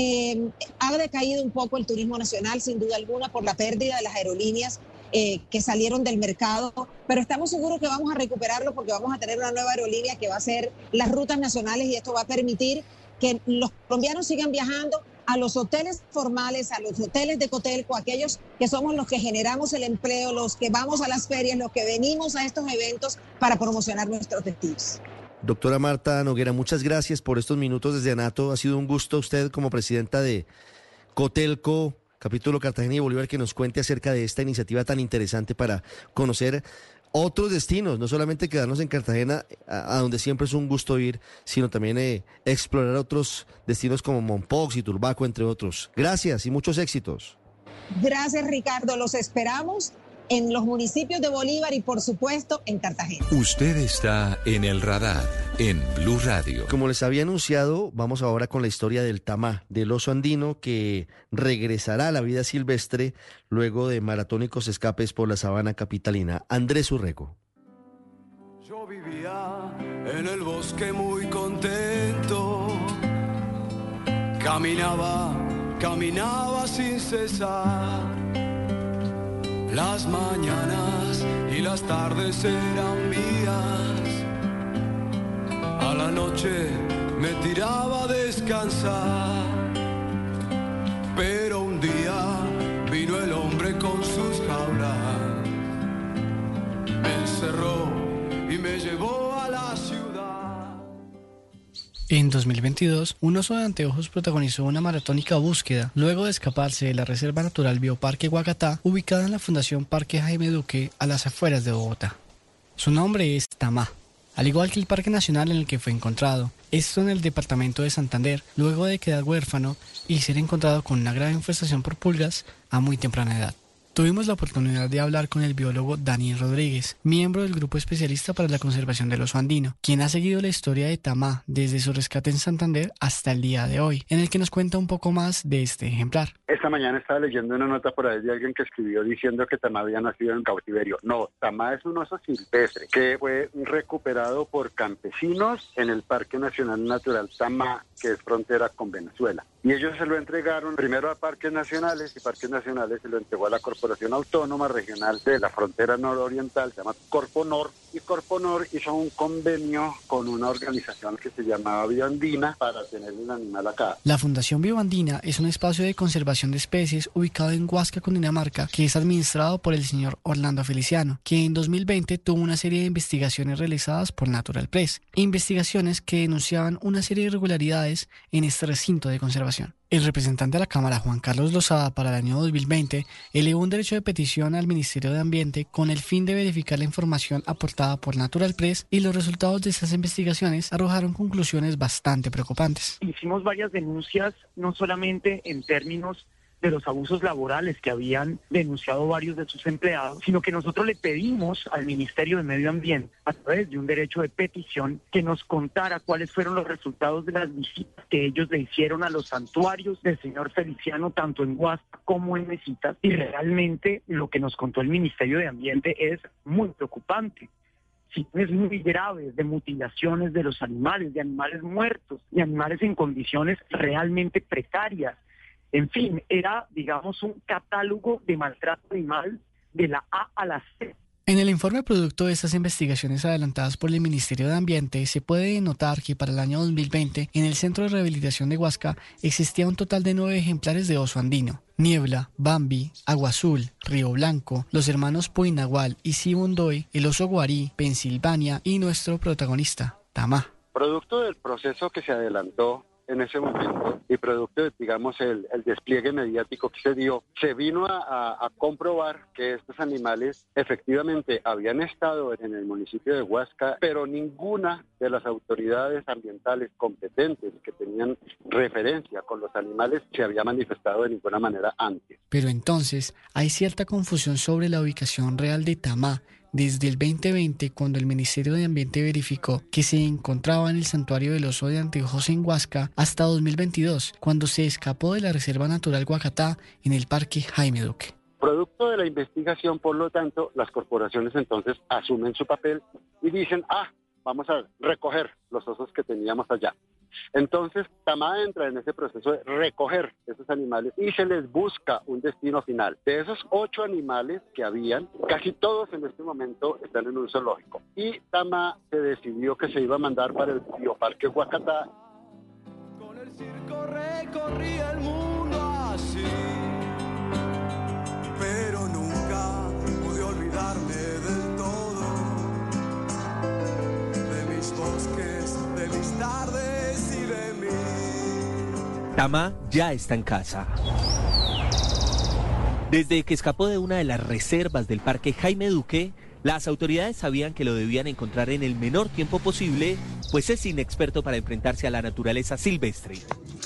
Ha decaído un poco el turismo nacional, sin duda alguna, por la pérdida de las aerolíneas que salieron del mercado, pero estamos seguros que vamos a recuperarlo porque vamos a tener una nueva aerolínea que va a ser las rutas nacionales, y esto va a permitir que los colombianos sigan viajando a los hoteles formales, a los hoteles de Cotelco, aquellos que somos los que generamos el empleo, los que vamos a las ferias, los que venimos a estos eventos para promocionar nuestros destinos. Doctora Marta Noguera, muchas gracias por estos minutos desde Anato. Ha sido un gusto usted como presidenta de Cotelco capítulo Cartagena y Bolívar, que nos cuente acerca de esta iniciativa tan interesante para conocer otros destinos, no solamente quedarnos en Cartagena, a donde siempre es un gusto ir, sino también explorar otros destinos como Mompox y Turbaco, entre otros. Gracias y muchos éxitos. Gracias, Ricardo. Los esperamos en los municipios de Bolívar y, por supuesto, en Cartagena. Usted está en el radar en Blue Radio. Como les había anunciado, vamos ahora con la historia del tamá, del oso andino que regresará a la vida silvestre luego de maratónicos escapes por la sabana capitalina. Andrés Urrego. Yo vivía en el bosque muy contento, caminaba sin cesar. Las mañanas y las tardes eran mías. A la noche me tiraba a descansar. Pero un día vino el hombre con sus jaulas. Me encerró y me llevó a la ciudad. En 2022, un oso de anteojos protagonizó una maratónica búsqueda luego de escaparse de la Reserva Natural Bioparque Guacatá, ubicada en la Fundación Parque Jaime Duque, a las afueras de Bogotá. Su nombre es Tamá, al igual que el parque nacional en el que fue encontrado, esto en el departamento de Santander, luego de quedar huérfano y ser encontrado con una grave infestación por pulgas a muy temprana edad. Tuvimos la oportunidad de hablar con el biólogo Daniel Rodríguez, miembro del Grupo Especialista para la Conservación del Oso Andino, quien ha seguido la historia de Tamá desde su rescate en Santander hasta el día de hoy, en el que nos cuenta un poco más de este ejemplar. Esta mañana estaba leyendo una nota por ahí de alguien que escribió diciendo que Tamá había nacido en cautiverio. No, Tamá es un oso silvestre que fue recuperado por campesinos en el Parque Nacional Natural Tamá, que es frontera con Venezuela. Y ellos se lo entregaron primero a Parques Nacionales y Parques Nacionales se lo entregó a la Corporación Autónoma Regional de la Frontera Nororiental, se llama Corponor, y Corponor hizo un convenio con una organización que se llamaba Bioandina para tener el animal acá. La Fundación Bioandina es un espacio de conservación de especies ubicado en Huasca, Cundinamarca, que es administrado por el señor Orlando Feliciano, que en 2020 tuvo una serie de investigaciones realizadas por Natural Press, investigaciones que denunciaban una serie de irregularidades en este recinto de conservación. El representante de la Cámara, Juan Carlos Lozada, para el año 2020, elevó un derecho de petición al Ministerio de Ambiente con el fin de verificar la información aportada por Natural Press, y los resultados de estas investigaciones arrojaron conclusiones bastante preocupantes. Hicimos varias denuncias, no solamente en términos de los abusos laborales que habían denunciado varios de sus empleados, sino que nosotros le pedimos al Ministerio de Medio Ambiente, a través de un derecho de petición, que nos contara cuáles fueron los resultados de las visitas que ellos le hicieron a los santuarios del señor Feliciano, tanto en Huasca como en Mesitas, y realmente lo que nos contó el Ministerio de Ambiente es muy preocupante. Situaciones muy graves de mutilaciones de los animales, de animales muertos, de animales en condiciones realmente precarias. En fin, era, digamos, un catálogo de maltrato animal de la A a la C. En el informe producto de estas investigaciones adelantadas por el Ministerio de Ambiente, se puede notar que para el año 2020, en el Centro de Rehabilitación de Huasca, existía un total de 9 ejemplares de oso andino. Niebla, Bambi, Agua Azul, Río Blanco, los hermanos Puinagual y Sibundoy, el oso guarí, Pensilvania y nuestro protagonista, Tamá. Producto del proceso que se adelantó en ese momento y producto de, digamos, el despliegue mediático que se dio, se vino a comprobar que estos animales efectivamente habían estado en el municipio de Huasca, pero ninguna de las autoridades ambientales competentes que tenían referencia con los animales se había manifestado de ninguna manera antes. Pero entonces hay cierta confusión sobre la ubicación real de Tamá. Desde el 2020, cuando el Ministerio de Ambiente verificó que se encontraba en el santuario del oso de anteojos en Huasca, hasta 2022, cuando se escapó de la Reserva Natural Guacatá en el Parque Jaime Duque. Producto de la investigación, por lo tanto, las corporaciones entonces asumen su papel y dicen, vamos a recoger los osos que teníamos allá. Entonces, Tamá entra en ese proceso de recoger esos animales y se les busca un destino final. De esos 8 animales que habían, casi todos en este momento están en un zoológico. Y Tamá se decidió que se iba a mandar para el Bioparque Guacatá. Con el circo recorrí el mundo así, pero nunca pude olvidarme del todo, de mis bosques, de mis tardes. Tamá ya está en casa. Desde que escapó de una de las reservas del Parque Jaime Duque, las autoridades sabían que lo debían encontrar en el menor tiempo posible, pues es inexperto para enfrentarse a la naturaleza silvestre.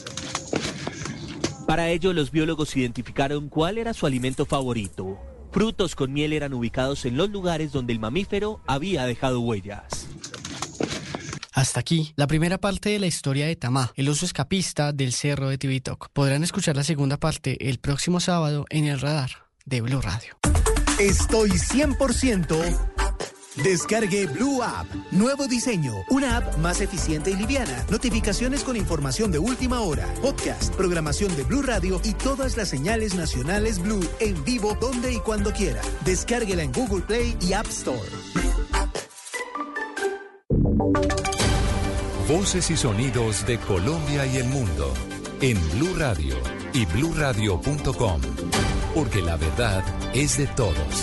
Para ello, los biólogos identificaron cuál era su alimento favorito. Frutos con miel eran ubicados en los lugares donde el mamífero había dejado huellas. Hasta aquí, la primera parte de la historia de Tamá, el oso escapista del cerro de Tibitoc. Podrán escuchar la segunda parte el próximo sábado en el radar de Blue Radio. Estoy 100%. Descargue Blue App. Nuevo diseño. Una app más eficiente y liviana. Notificaciones con información de última hora. Podcast, programación de Blue Radio y todas las señales nacionales Blue en vivo donde y cuando quiera. Descárguela en Google Play y App Store. Voces y sonidos de Colombia y el mundo en Blue Radio y bluradio.com, porque la verdad es de todos.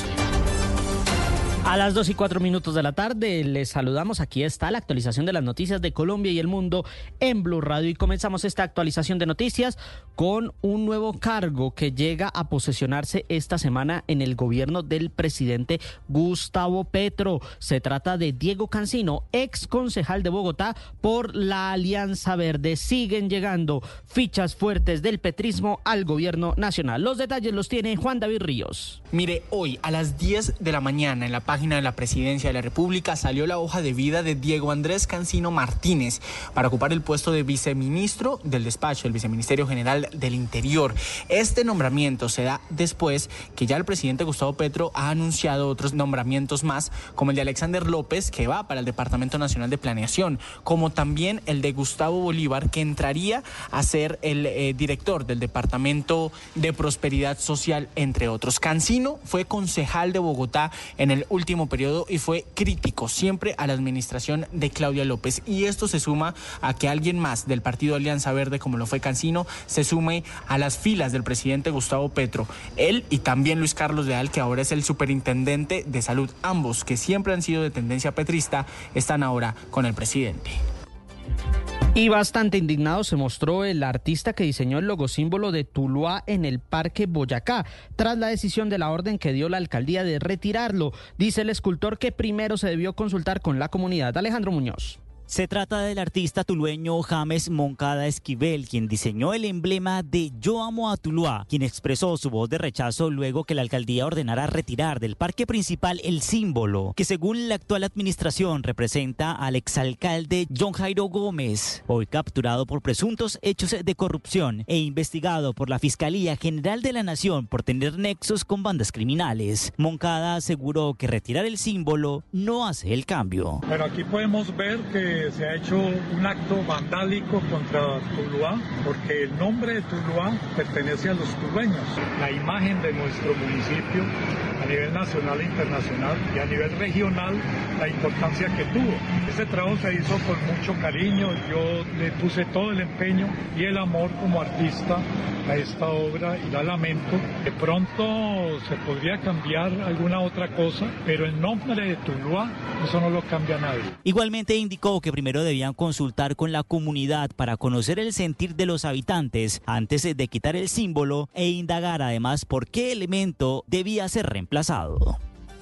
A las 2:04 de la tarde les saludamos. Aquí está la actualización de las noticias de Colombia y el mundo en Blue Radio. Y comenzamos esta actualización de noticias con un nuevo cargo que llega a posesionarse esta semana en el gobierno del presidente Gustavo Petro. Se trata de Diego Cancino, ex concejal de Bogotá por la Alianza Verde. Siguen llegando fichas fuertes del petrismo al gobierno nacional. Los detalles los tiene Juan David Ríos. Mire, hoy a las 10 de la mañana en la página de la Presidencia de la República salió la hoja de vida de Diego Andrés Cancino Martínez para ocupar el puesto de viceministro del despacho del Viceministerio General del Interior. Este nombramiento se da después que ya el presidente Gustavo Petro ha anunciado otros nombramientos más, como el de Alexander López, que va para el Departamento Nacional de Planeación, como también el de Gustavo Bolívar, que entraría a ser el director del Departamento de Prosperidad Social, entre otros. Cancino fue concejal de Bogotá en el último periodo y fue crítico siempre a la administración de Claudia López, y esto se suma a que alguien más del partido Alianza Verde, como lo fue Cancino, se sume a las filas del presidente Gustavo Petro. Él y también Luis Carlos Leal, que ahora es el superintendente de salud, ambos que siempre han sido de tendencia petrista, están ahora con el presidente. Y bastante indignado se mostró el artista que diseñó el logosímbolo de Tuluá en el Parque Boyacá, tras la decisión de la orden que dio la alcaldía de retirarlo. Dice el escultor que primero se debió consultar con la comunidad. Alejandro Muñoz. Se trata del artista tulueño James Moncada Esquivel, quien diseñó el emblema de Yo Amo a Tuluá, quien expresó su voz de rechazo luego que la alcaldía ordenara retirar del parque principal el símbolo, que según la actual administración representa al exalcalde John Jairo Gómez, hoy capturado por presuntos hechos de corrupción e investigado por la Fiscalía General de la Nación por tener nexos con bandas criminales. Moncada aseguró que retirar el símbolo no hace el cambio. Pero aquí podemos ver que se ha hecho un acto vandálico contra Tuluá, porque el nombre de Tuluá pertenece a los tulueños. La imagen de nuestro municipio a nivel nacional e internacional y a nivel regional, la importancia que tuvo. Este trabajo se hizo con mucho cariño, yo le puse todo el empeño y el amor como artista a esta obra y la lamento. De pronto se podría cambiar alguna otra cosa, pero el nombre de Tuluá, eso no lo cambia nadie. Igualmente indicó que primero debían consultar con la comunidad para conocer el sentir de los habitantes antes de quitar el símbolo e indagar además por qué elemento debía ser reemplazado.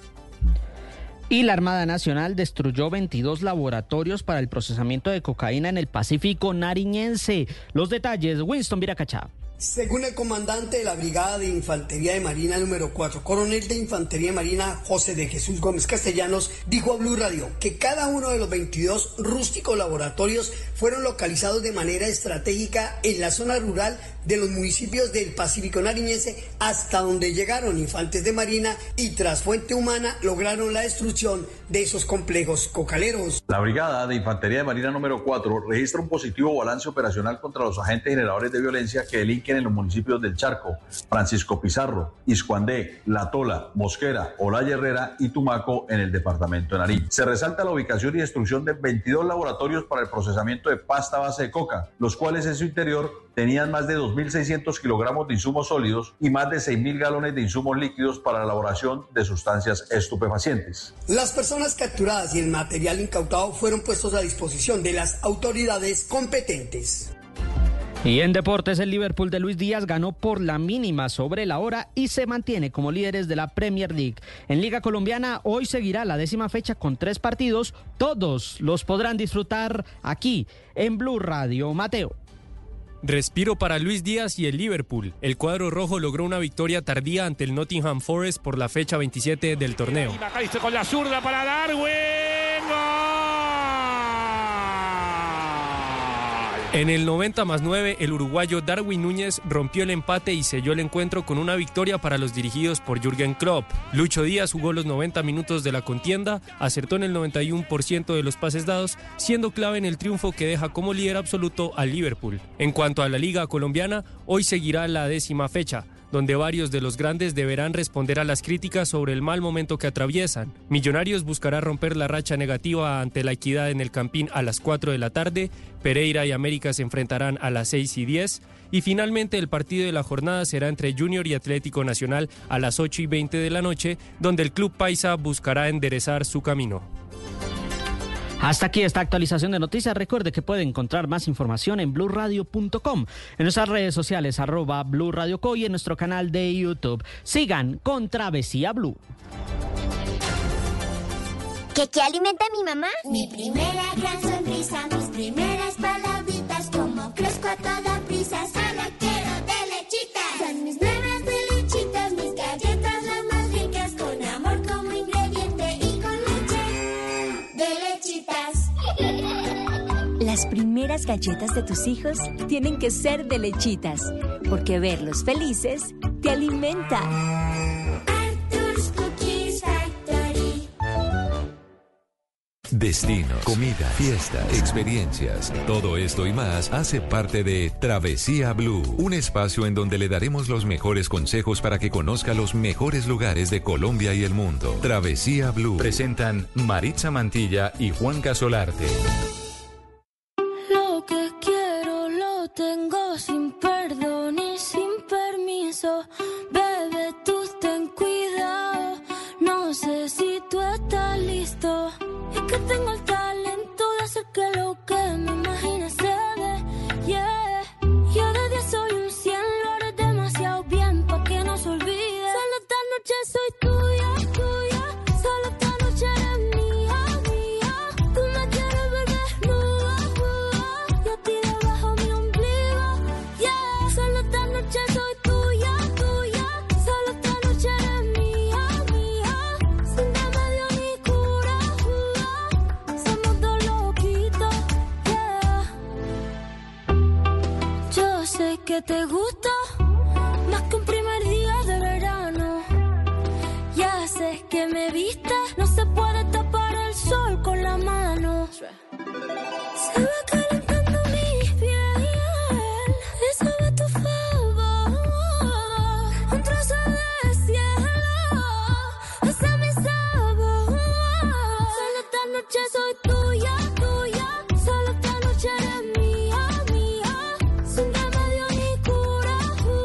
Y la Armada Nacional destruyó 22 laboratorios para el procesamiento de cocaína en el Pacífico nariñense. Los detalles, Winston Viracachá. Según el comandante de la Brigada de Infantería de Marina número 4, coronel de Infantería de Marina José de Jesús Gómez Castellanos, dijo a Blue Radio que cada uno de los 22 rústicos laboratorios fueron localizados de manera estratégica en la zona rural de los municipios del Pacífico nariñense, hasta donde llegaron infantes de Marina y tras fuente humana lograron la destrucción de esos complejos cocaleros. La Brigada de Infantería de Marina número 4 registra un positivo balance operacional contra los agentes generadores de violencia que delinquen en los municipios del Charco, Francisco Pizarro, Iscuandé, La Tola, Mosquera, Olaya Herrera y Tumaco en el departamento de Nariño. Se resalta la ubicación y destrucción de 22 laboratorios para el procesamiento de pasta base de coca, los cuales en su interior tenían más de 2.600 kilogramos de insumos sólidos y más de 6.000 galones de insumos líquidos para la elaboración de sustancias estupefacientes. Las personas capturadas y el material incautado fueron puestos a disposición de las autoridades competentes. Y en deportes, el Liverpool de Luis Díaz ganó por la mínima sobre la hora y se mantiene como líderes de la Premier League. En Liga Colombiana, hoy seguirá la 10ª fecha con 3 partidos. Todos los podrán disfrutar aquí en Blue Radio. Mateo. Respiro para Luis Díaz y el Liverpool. El cuadro rojo logró una victoria tardía ante el Nottingham Forest por la fecha 27 del torneo. Y con la zurda para Darwin. ¡Gol! En el 90+9, el uruguayo Darwin Núñez rompió el empate y selló el encuentro con una victoria para los dirigidos por Jürgen Klopp. Lucho Díaz jugó los 90 minutos de la contienda, acertó en el 91% de los pases dados, siendo clave en el triunfo que deja como líder absoluto al Liverpool. En cuanto a la Liga Colombiana, hoy seguirá la 10ª fecha, donde varios de los grandes deberán responder a las críticas sobre el mal momento que atraviesan. Millonarios buscará romper la racha negativa ante la Equidad en el Campín a las 4 de la tarde, Pereira y América se enfrentarán a las 6:10, y finalmente el partido de la jornada será entre Junior y Atlético Nacional a las 8:20 de la noche, donde el Club Paisa buscará enderezar su camino. Hasta aquí esta actualización de noticias. Recuerde que puede encontrar más información en blurradio.com, en nuestras redes sociales @blurradioco y en nuestro canal de YouTube. Sigan con Travesía Blue. ¿Qué alimenta a mi mamá? Mi primera gran sonrisa, mis primeras palabritas, como crezco a toda prisa, solo quiero de lechitas. Son mis nenas de lechitas, mis galletas las más ricas, con amor como ingrediente y con leche de lechitas. Las primeras galletas de tus hijos tienen que ser de lechitas, porque verlos felices te alimenta. Arthur's Cookies Factory. Destino, comida, fiestas, experiencias, todo esto y más hace parte de Travesía Blue, un espacio en donde le daremos los mejores consejos para que conozca los mejores lugares de Colombia y el mundo. Travesía Blue. Presentan Maritza Mantilla y Juan Casolarte. Lo que quiero lo tengo sin perdón y sin permiso. Bebé, tú ten cuidado. No sé si tú estás listo. Es que tengo el talento de hacer que lo que me imagine se dé. Yeah. Yo de 10 soy un 100, lo haré demasiado bien pa' que no se olvide. Solo esta noche soy tuya, tuya. Solo esta noche eres mía, mía. Tú me quieres ver desnuda, nuda. Y a ti debajo mi ombligo. Yeah. Solo esta noche soy tuya, tuya. Solo esta noche eres mía, mía. Sin remedio ni cura, somos dos loquitos, yeah. Yo sé que te gusta más que un primer día de verano. Ya sé que me viste, no se puede tapar el sol con la mano. Se va calentando mi piel, eso de tu favor. Un trozo de cielo, ese es mi sabor. Solo esta noche soy tuya, tuya. Solo esta noche eres mía, mía. Sin remedio ni cura,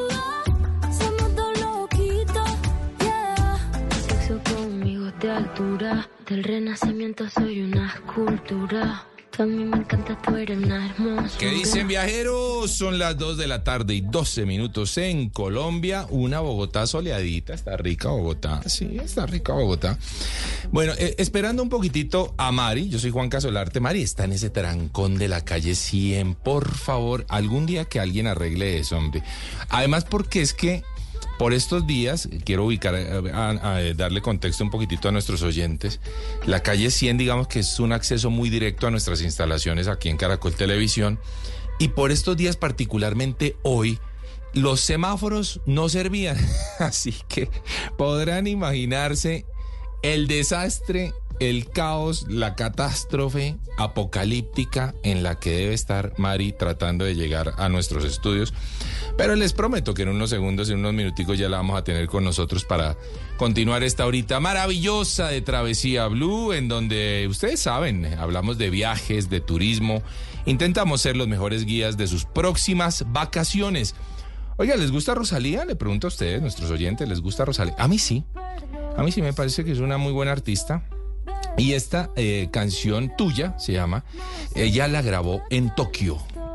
somos dos loquitos, yeah. Sexo conmigo de altura, del renacimiento soy una escultura. A mí me encanta, tú eres una hermosura. ¿Qué dicen, viajeros? Son las 2 de la tarde y 12 minutos en Colombia. Una Bogotá soleadita. Está rica Bogotá. Sí, está rica Bogotá. Bueno, esperando un poquitito a Mari. Yo soy Juan Casolarte. Mari está en ese trancón de la calle 100. Por favor, algún día que alguien arregle eso, hombre. Además, porque es que por estos días, quiero ubicar, darle contexto un poquitito a nuestros oyentes. La calle 100, digamos que es un acceso muy directo a nuestras instalaciones aquí en Caracol Televisión. Y por estos días, particularmente hoy, los semáforos no servían. Así que podrán imaginarse el desastre, el caos, la catástrofe apocalíptica en la que debe estar Mari tratando de llegar a nuestros estudios. Pero les prometo que en unos segundos, en unos minuticos ya la vamos a tener con nosotros para continuar esta horita maravillosa de Travesía Blue, en donde ustedes saben, hablamos de viajes, de turismo, intentamos ser los mejores guías de sus próximas vacaciones. Oiga, ¿les gusta Rosalía? Le pregunto a ustedes, nuestros oyentes, ¿les gusta Rosalía? A mí sí me parece que es una muy buena artista. Y esta canción tuya se llama, ella la grabó en Tokio,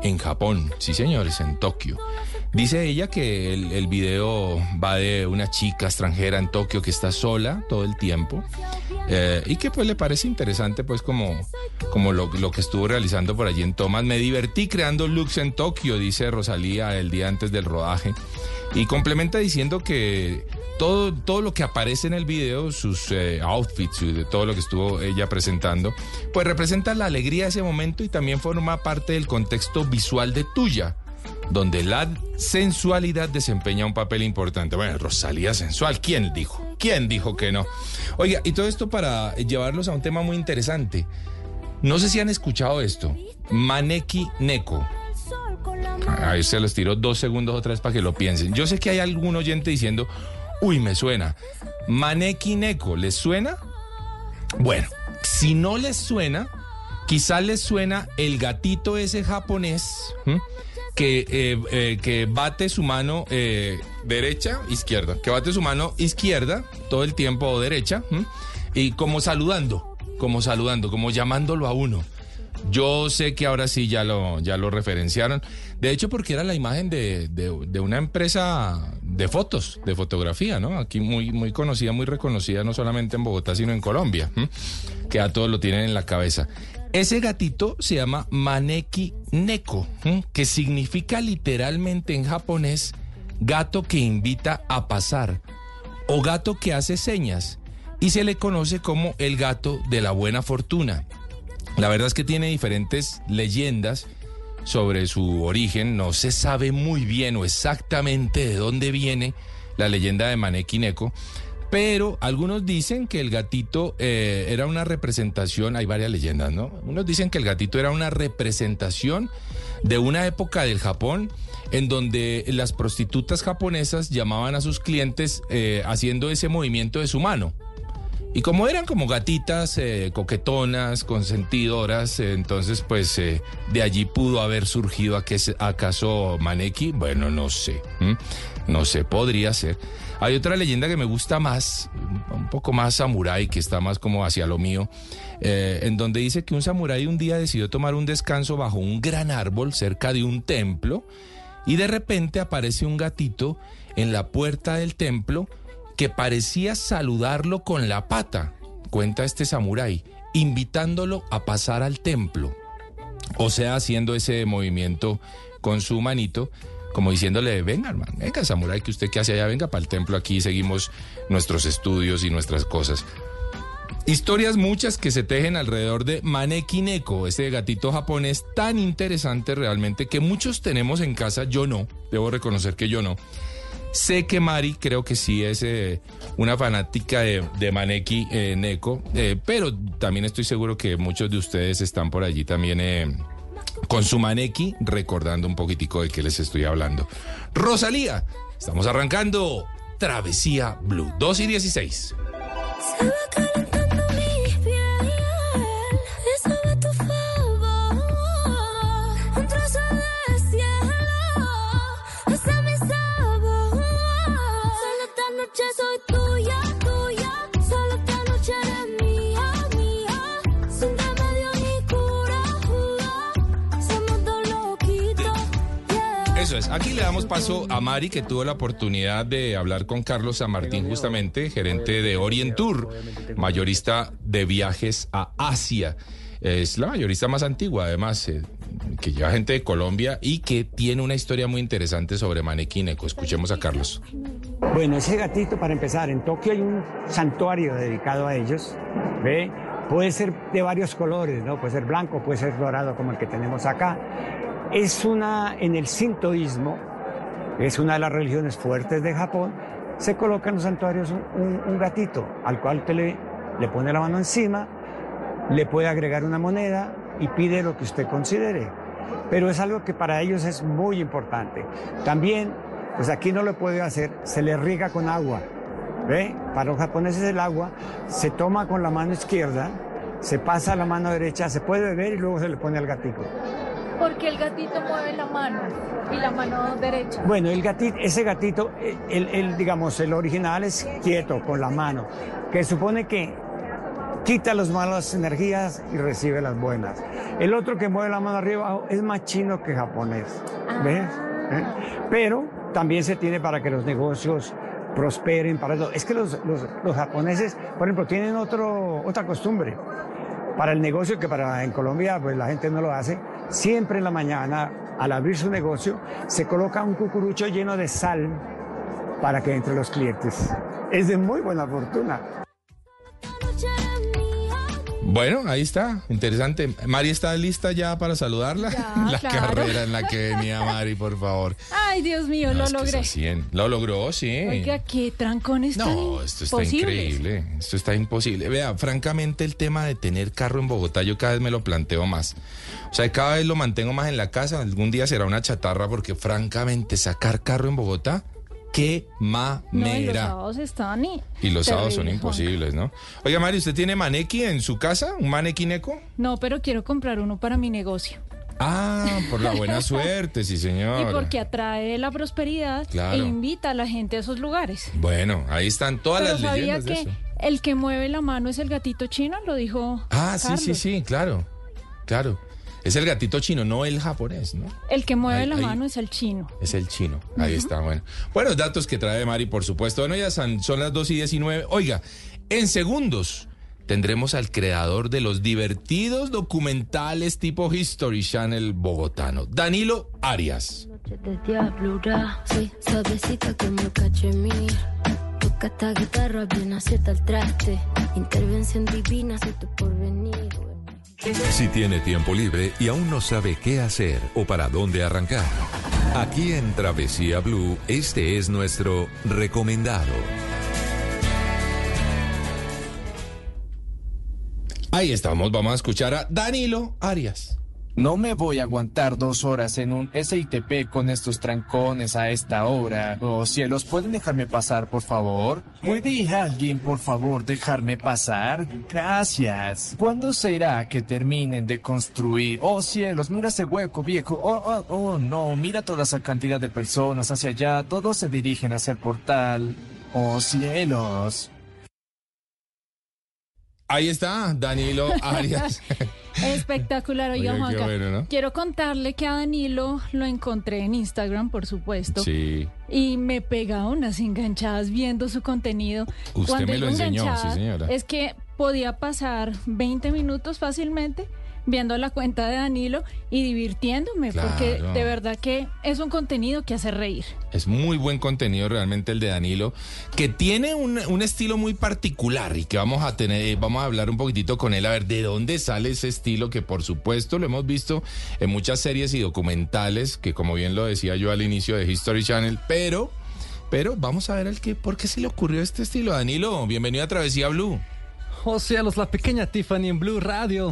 en Japón, sí señores, en Tokio. Dice ella que el video va de una chica extranjera en Tokio que está sola todo el tiempo y que pues le parece interesante pues como lo que estuvo realizando por allí en Thomas. Me divertí creando looks en Tokio, dice Rosalía el día antes del rodaje, y complementa diciendo que todo lo que aparece en el video, sus outfits, de todo lo que estuvo ella presentando, pues representa la alegría de ese momento y también forma parte del contexto visual de Tuya, donde la sensualidad desempeña un papel importante. Bueno, Rosalía sensual, ¿quién dijo? ¿Quién dijo que no? Oiga, y todo esto para llevarlos a un tema muy interesante. No sé si han escuchado esto. Maneki Neko. Ahí se los tiro 2 segundos otra vez para que lo piensen. Yo sé que hay algún oyente diciendo, uy, me suena. Maneki Neko, ¿les suena? Bueno, si no les suena, quizás les suena el gatito ese japonés, que bate su mano derecha, izquierda, que bate su mano izquierda todo el tiempo o derecha, y como saludando, como llamándolo a uno. Yo sé que ahora sí ya lo referenciaron. De hecho, porque era la imagen de una empresa de fotos, de fotografía, ¿no? Aquí muy conocida, muy reconocida, no solamente en Bogotá, sino en Colombia, que a todos lo tienen en la cabeza. Ese gatito se llama Maneki Neko, que significa literalmente en japonés gato que invita a pasar o gato que hace señas, y se le conoce como el gato de la buena fortuna. La verdad es que tiene diferentes leyendas sobre su origen. No se sabe muy bien o exactamente de dónde viene la leyenda de Maneki Neko, pero algunos dicen que el gatito era una representación, hay varias leyendas, ¿no? Unos dicen que el gatito era una representación de una época del Japón en donde las prostitutas japonesas llamaban a sus clientes haciendo ese movimiento de su mano. Y como eran como gatitas coquetonas, consentidoras, entonces pues de allí pudo haber surgido acaso Maneki. Bueno, no sé, podría ser. Hay otra leyenda que me gusta más, un poco más samurái, que está más como hacia lo mío, en donde dice que un samurái un día decidió tomar un descanso bajo un gran árbol cerca de un templo y de repente aparece un gatito en la puerta del templo que parecía saludarlo con la pata, cuenta este samurái, invitándolo a pasar al templo. O sea, haciendo ese movimiento con su manito, como diciéndole, venga, hermano, venga, samurái, que usted que hace allá, venga para el templo, aquí seguimos nuestros estudios y nuestras cosas. Historias muchas que se tejen alrededor de Maneki Neko, ese gatito japonés tan interesante realmente, que muchos tenemos en casa. Yo no, debo reconocer que yo no. Sé que Mari creo que sí es una fanática de Maneki Neko, pero también estoy seguro que muchos de ustedes están por allí también con su Maneki, recordando un poquitico de qué les estoy hablando. Rosalía, estamos arrancando Travesía Blue, 2:16. Se va calentando mi piel, eso va a tu favor, un trozo de cielo, ese es mi sabor, solo esta noche soy tuya, tuya, solo esta noche eres mía, mía, sin remedio ni cura, somos dos loquitos, yeah. Eso es, aquí le damos paso a Mari, que tuvo la oportunidad de hablar con Carlos San Martín, justamente, gerente de Orient Tour, mayorista de viajes a Asia. Es la mayorista más antigua, además, que lleva gente de Colombia y que tiene una historia muy interesante sobre Maneki Neko. Escuchemos a Carlos. Bueno, ese gatito, para empezar, en Tokio hay un santuario dedicado a ellos, ¿ve? Puede ser de varios colores, ¿no? Puede ser blanco, puede ser dorado, como el que tenemos acá. En el sintoísmo, es una de las religiones fuertes de Japón, se coloca en los santuarios un gatito al cual usted le pone la mano encima, le puede agregar una moneda y pide lo que usted considere. Pero es algo que para ellos es muy importante. También, pues aquí no lo puede hacer, se le riega con agua. ¿Ve? Para los japoneses el agua se toma con la mano izquierda, se pasa a la mano derecha, se puede beber y luego se le pone al gatito. Porque el gatito mueve la mano y la mano derecha. Bueno, ese gatito, digamos, el original es quieto con la mano, que supone que quita las malas energías y recibe las buenas. El otro que mueve la mano arriba abajo es más chino que japonés, ¿ves? Pero también se tiene para que los negocios prosperen, para eso. Es que los japoneses, por ejemplo, tienen otra costumbre. Para el negocio, que en Colombia pues la gente no lo hace, siempre en la mañana, al abrir su negocio, se coloca un cucurucho lleno de sal para que entre los clientes. Es de muy buena fortuna. Bueno, ahí está, interesante. Mari, ¿está lista ya para saludarla? Ya, la claro. carrera en la que venía Mari, por favor. Ay, Dios mío, No, lo es que logré. es así, Lo logró, sí. Oiga, qué trancones tan No, esto está imposibles. increíble, esto está imposible. Vea, francamente el tema de tener carro en Bogotá yo cada vez me lo planteo más. O sea, cada vez lo mantengo más en la casa, algún día será una chatarra porque francamente sacar carro en Bogotá, qué No, y los mamera. sábados están Y los sábados son terrible, imposibles, ¿no? Oiga, Mari, ¿usted tiene manequi en su casa? ¿Un manequín eco? No, pero quiero comprar uno para mi negocio. Ah, por la buena suerte, sí, señor. Y porque atrae la prosperidad Claro. e invita a la gente a esos lugares. Bueno, ahí están todas Pero las sabía leyendas de que eso. el que mueve la mano es el gatito chino, lo dijo Ah, sí, Carlos. sí, claro. Es el gatito chino, no el japonés, ¿no? El que mueve Ahí- la ahí- mano es el chino. Es el chino. Ahí está, bueno. Buenos datos que trae Mari, por supuesto. Bueno, ya son las 2:19. Oiga, en segundos tendremos al creador de los divertidos documentales tipo History Channel bogotano, Danilo Arias. De diablura, sí, suavecita como cachemir. Toca esta guitarra bien acierta el traste. Intervención divina, soy tu porvenir. Si tiene tiempo libre y aún no sabe qué hacer o para dónde arrancar, aquí en Travesía Blue, este es nuestro recomendado. Ahí estamos, vamos a escuchar a Danilo Arias. No me voy a aguantar 2 horas en un SITP con estos trancones a esta hora. Oh, cielos, ¿pueden dejarme pasar, por favor? ¿Puede alguien, por favor, dejarme pasar? Gracias. ¿Cuándo será que terminen de construir? Oh, cielos, mira ese hueco, viejo. Oh, no, mira toda esa cantidad de personas hacia allá. Todos se dirigen hacia el portal. Oh, cielos. Ahí está, Danilo Arias. Espectacular, oiga, Oiga, qué Juanca. bueno, ¿no? Quiero contarle que a Danilo lo encontré en Instagram, por supuesto. Sí. Y me pegaba unas enganchadas viendo su contenido. Usted Cuando me lo digo enseñó, enganchadas, sí, señora. Es que podía pasar 20 minutos fácilmente viendo la cuenta de Danilo y divirtiéndome, Claro. porque de verdad que es un contenido que hace reír. Es muy buen contenido realmente el de Danilo, que tiene un estilo muy particular y que vamos a hablar un poquitito con él a ver de dónde sale ese estilo que por supuesto lo hemos visto en muchas series y documentales, que como bien lo decía yo al inicio de History Channel, pero vamos a ver por qué se le ocurrió este estilo. Danilo, bienvenido a Travesía Blue. Oh cielos, la pequeña Tiffany en Blue Radio.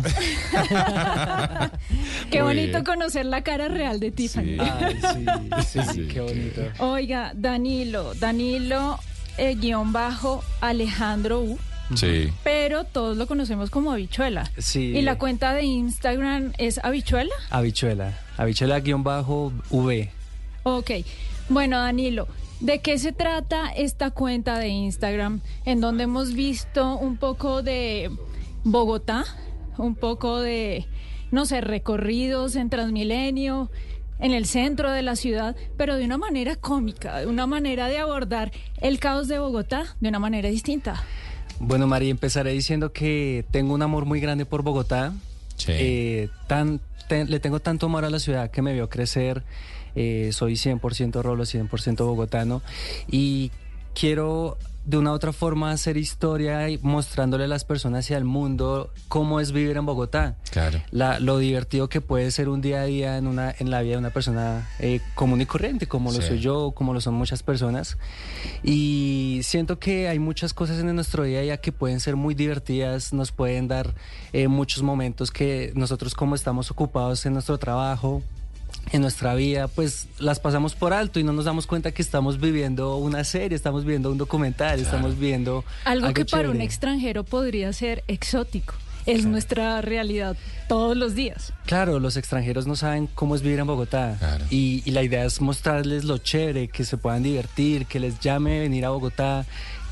Qué Muy bonito bien. conocer la cara real de Tiffany. Ay, sí, qué bonito. Oiga, Danilo, guión bajo Alejandro U. Sí. Pero todos lo conocemos como Habichuela. Sí. ¿Y la cuenta de Instagram es Habichuela? Habichuela-V. Ok. Bueno, Danilo, ¿de qué se trata esta cuenta de Instagram en donde hemos visto un poco de Bogotá, un poco de, no sé, recorridos en Transmilenio, en el centro de la ciudad, pero de una manera cómica, de una manera de abordar el caos de Bogotá de una manera distinta? Bueno, María, empezaré diciendo que tengo un amor muy grande por Bogotá. Sí. Le tengo tanto amor a la ciudad que me vio crecer. Soy 100% rolo, 100% bogotano. Y quiero de una u otra forma hacer historia y mostrándole a las personas y al mundo cómo es vivir en Bogotá. Claro. Lo divertido que puede ser un día a día en la vida de una persona común y corriente, como lo Sí. soy yo, como lo son muchas personas. Y siento que hay muchas cosas en nuestro día a día que pueden ser muy divertidas, nos pueden dar muchos momentos que nosotros, como estamos ocupados en nuestro trabajo, en nuestra vida, pues las pasamos por alto y no nos damos cuenta que estamos viviendo una serie, estamos viviendo un documental, estamos viendo Algo que para un chévere. extranjero podría ser exótico. Es nuestra realidad todos los días. Claro, los extranjeros no saben cómo es vivir en Bogotá. Y la idea es mostrarles lo chévere, que se puedan divertir, que les llame venir a Bogotá,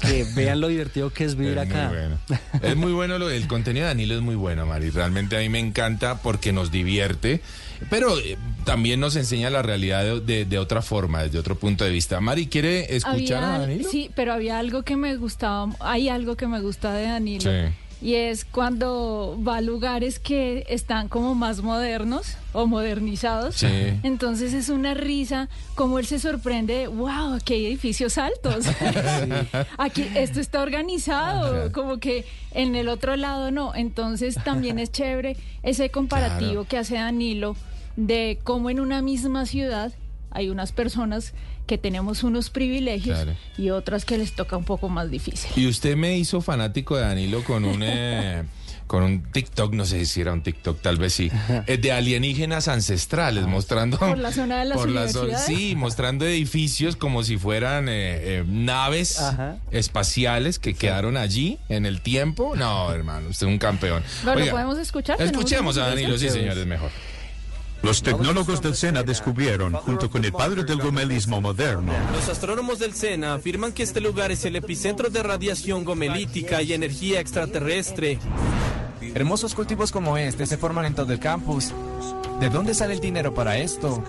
que vean lo divertido que es vivir acá. Muy bueno. Es muy bueno, el contenido de Danilo es muy bueno, Mari. Realmente a mí me encanta porque nos divierte, pero también nos enseña la realidad de otra forma, desde otro punto de vista. Mari, ¿quiere escuchar a Danilo? Sí, pero había algo que me gustaba, hay algo que me gusta de Danilo. Sí. Y es cuando va a lugares que están como más modernos o modernizados. Sí. Entonces es una risa como él se sorprende, wow, aquí hay edificios altos. Aquí esto está organizado, como que en el otro lado no. Entonces también es chévere ese comparativo que hace Danilo de cómo en una misma ciudad hay unas personas que tenemos unos privilegios y otras que les toca un poco más difícil. Y usted me hizo fanático de Danilo con un TikTok, no sé si era un TikTok, tal vez sí, de alienígenas ancestrales, mostrando... Por la zona de las universidades. Sí, mostrando edificios como si fueran naves espaciales que quedaron allí en el tiempo. No, hermano, usted es un campeón. Bueno, ¿lo podemos escuchar? Escuchemos a Danilo, sí, señores, mejor. Los tecnólogos del SENA descubrieron, junto con el padre del gomelismo moderno. Los astrónomos del SENA afirman que este lugar es el epicentro de radiación gomelítica y energía extraterrestre. Hermosos cultivos como este se forman en todo el campus. ¿De dónde sale el dinero para esto?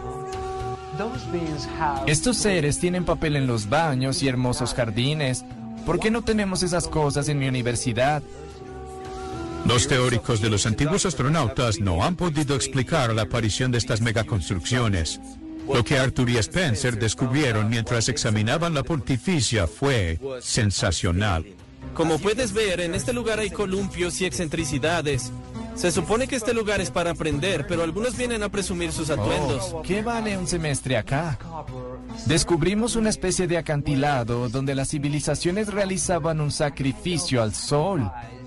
Estos seres tienen papel en los baños y hermosos jardines. ¿Por qué no tenemos esas cosas en mi universidad? Los teóricos de los antiguos astronautas no han podido explicar la aparición de estas megaconstrucciones. Lo que Arthur y Spencer descubrieron mientras examinaban la pontificia fue sensacional. Como puedes ver, en este lugar hay columpios y excentricidades. Se supone que este lugar es para aprender, pero algunos vienen a presumir sus atuendos. ¿Qué vale un semestre acá? Descubrimos una especie de acantilado donde las civilizaciones realizaban un sacrificio al sol.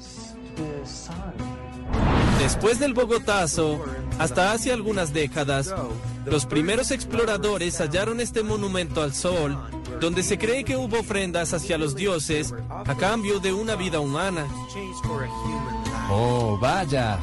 Después del Bogotazo, hasta hace algunas décadas, los primeros exploradores hallaron este monumento al sol, donde se cree que hubo ofrendas hacia los dioses a cambio de una vida humana. Oh, vaya.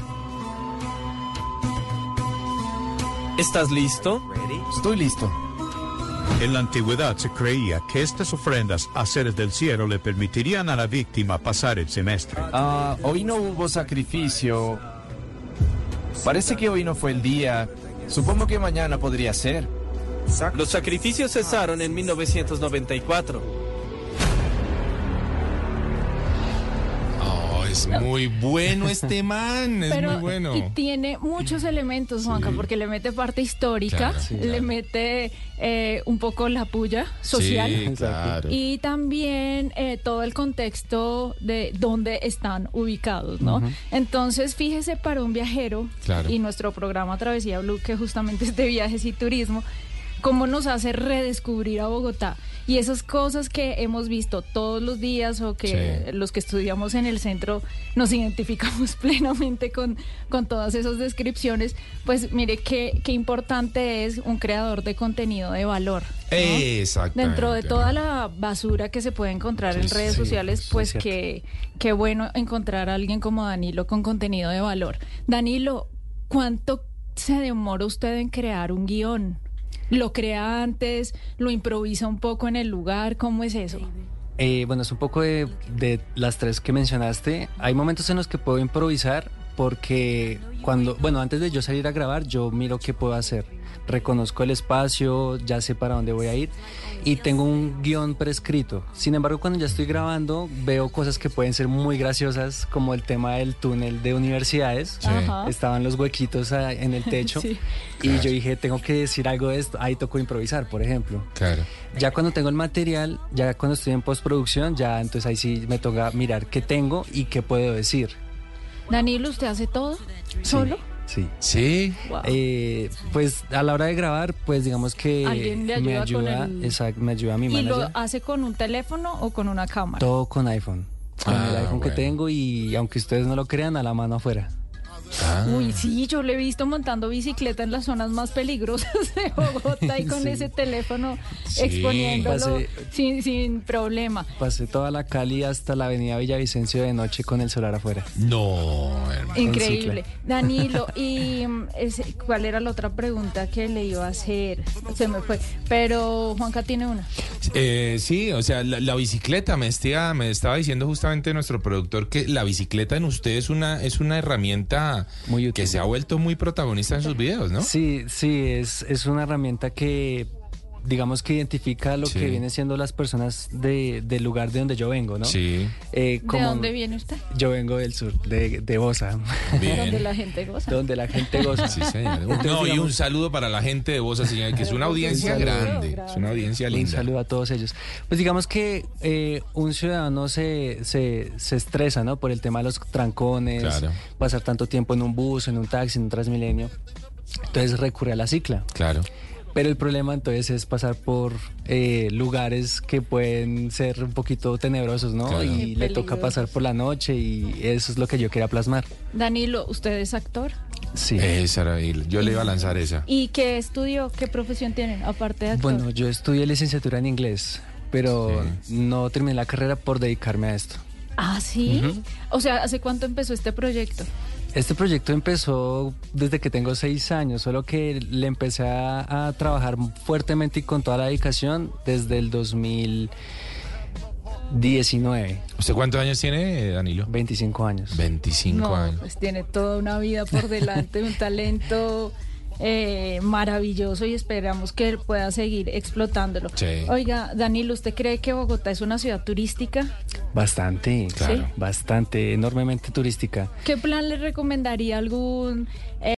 ¿Estás listo? Estoy listo. En la antigüedad se creía que estas ofrendas a seres del cielo le permitirían a la víctima pasar el semestre. Hoy no hubo sacrificio. Parece que hoy no fue el día. Supongo que mañana podría ser. Los sacrificios cesaron en 1994. Es muy bueno este man, es muy bueno. Y tiene muchos elementos, Juanca, porque le mete parte histórica, le mete un poco la puya social. Sí, claro. Y también todo el contexto de dónde están ubicados, ¿no? Entonces, fíjese para un viajero y nuestro programa Travesía Blue, que justamente es de viajes y turismo, cómo nos hace redescubrir a Bogotá. Y esas cosas que hemos visto todos los días o que los que estudiamos en el centro nos identificamos plenamente con todas esas descripciones, pues mire qué importante es un creador de contenido de valor, ¿no? Exactamente. Dentro de toda la basura que se puede encontrar en redes sociales, pues qué bueno encontrar a alguien como Danilo con contenido de valor. Danilo, ¿cuánto se demora usted en crear un guión? ¿Lo crea antes? ¿Lo improvisa un poco en el lugar? ¿Cómo es eso? Bueno, es un poco de las tres que mencionaste. Hay momentos en los que puedo improvisar porque antes de yo salir a grabar, yo miro qué puedo hacer. Reconozco el espacio, ya sé para dónde voy a ir y tengo un guión prescrito. Sin embargo, cuando ya estoy grabando, veo cosas que pueden ser muy graciosas, como el tema del túnel de universidades. Estaban los huequitos en el techo y yo dije, tengo que decir algo de esto. Ahí tocó improvisar, por ejemplo. Ya cuando tengo el material, ya cuando estoy en postproducción, ya entonces ahí sí me toca mirar qué tengo y qué puedo decir. Danilo, ¿usted hace todo solo? Sí. Wow. Pues a la hora de grabar, pues digamos que ¿alguien le ayuda me ayuda, me ayuda mi manager. ¿Y lo hace con un teléfono o con una cámara? Todo con iPhone. Con el iPhone que tengo y aunque ustedes no lo crean, a la mano afuera. Uy, sí, yo lo he visto montando bicicleta en las zonas más peligrosas de Bogotá y con ese teléfono exponiéndolo sin problema. Pasé toda la Cali hasta la avenida Villavicencio de noche con el celular afuera. No, hermano. Increíble. Danilo, ¿y cuál era la otra pregunta que le iba a hacer? Se me fue. Pero Juanca tiene una. Sí, o sea, la bicicleta, me estaba diciendo justamente nuestro productor que la bicicleta en usted es una herramienta muy útil, que se ha vuelto muy protagonista en sus videos, ¿no? Sí, es una herramienta que, digamos, que identifica lo que vienen siendo las personas del lugar de donde yo vengo, ¿no? Sí. ¿De dónde viene usted? Yo vengo del sur, de Bosa. Bien. Donde la gente goza. Donde la gente goza. Sí, señor. Entonces, y un saludo para la gente de Bosa, señor, que es una audiencia grande, es una audiencia linda. Un saludo a todos ellos. Pues digamos que un ciudadano se estresa, ¿no? Por el tema de los trancones, pasar tanto tiempo en un bus, en un taxi, en un Transmilenio. Entonces recurre a la cicla. Claro. Pero el problema entonces es pasar por lugares que pueden ser un poquito tenebrosos, ¿no? Claro. Y le toca pasar por la noche y eso es lo que yo quería plasmar. Danilo, ¿usted es actor? Sí. Yo le iba a lanzar esa. ¿Y qué estudió? ¿Qué profesión tiene aparte de actor? Bueno, yo estudié licenciatura en inglés, pero no terminé la carrera por dedicarme a esto. Ah, ¿sí? O sea, ¿hace cuánto empezó este proyecto? Este proyecto empezó desde que tengo 6 años, solo que le empecé a trabajar fuertemente y con toda la dedicación desde el 2019. ¿Usted cuántos años tiene, Danilo? 25 años. 25 años. Pues tiene toda una vida por delante, un talento maravilloso y esperamos que él pueda seguir explotándolo. Sí. Oiga, Danilo, ¿usted cree que Bogotá es una ciudad turística? Bastante, claro, ¿sí? Bastante, enormemente turística. ¿Qué plan le recomendaría algún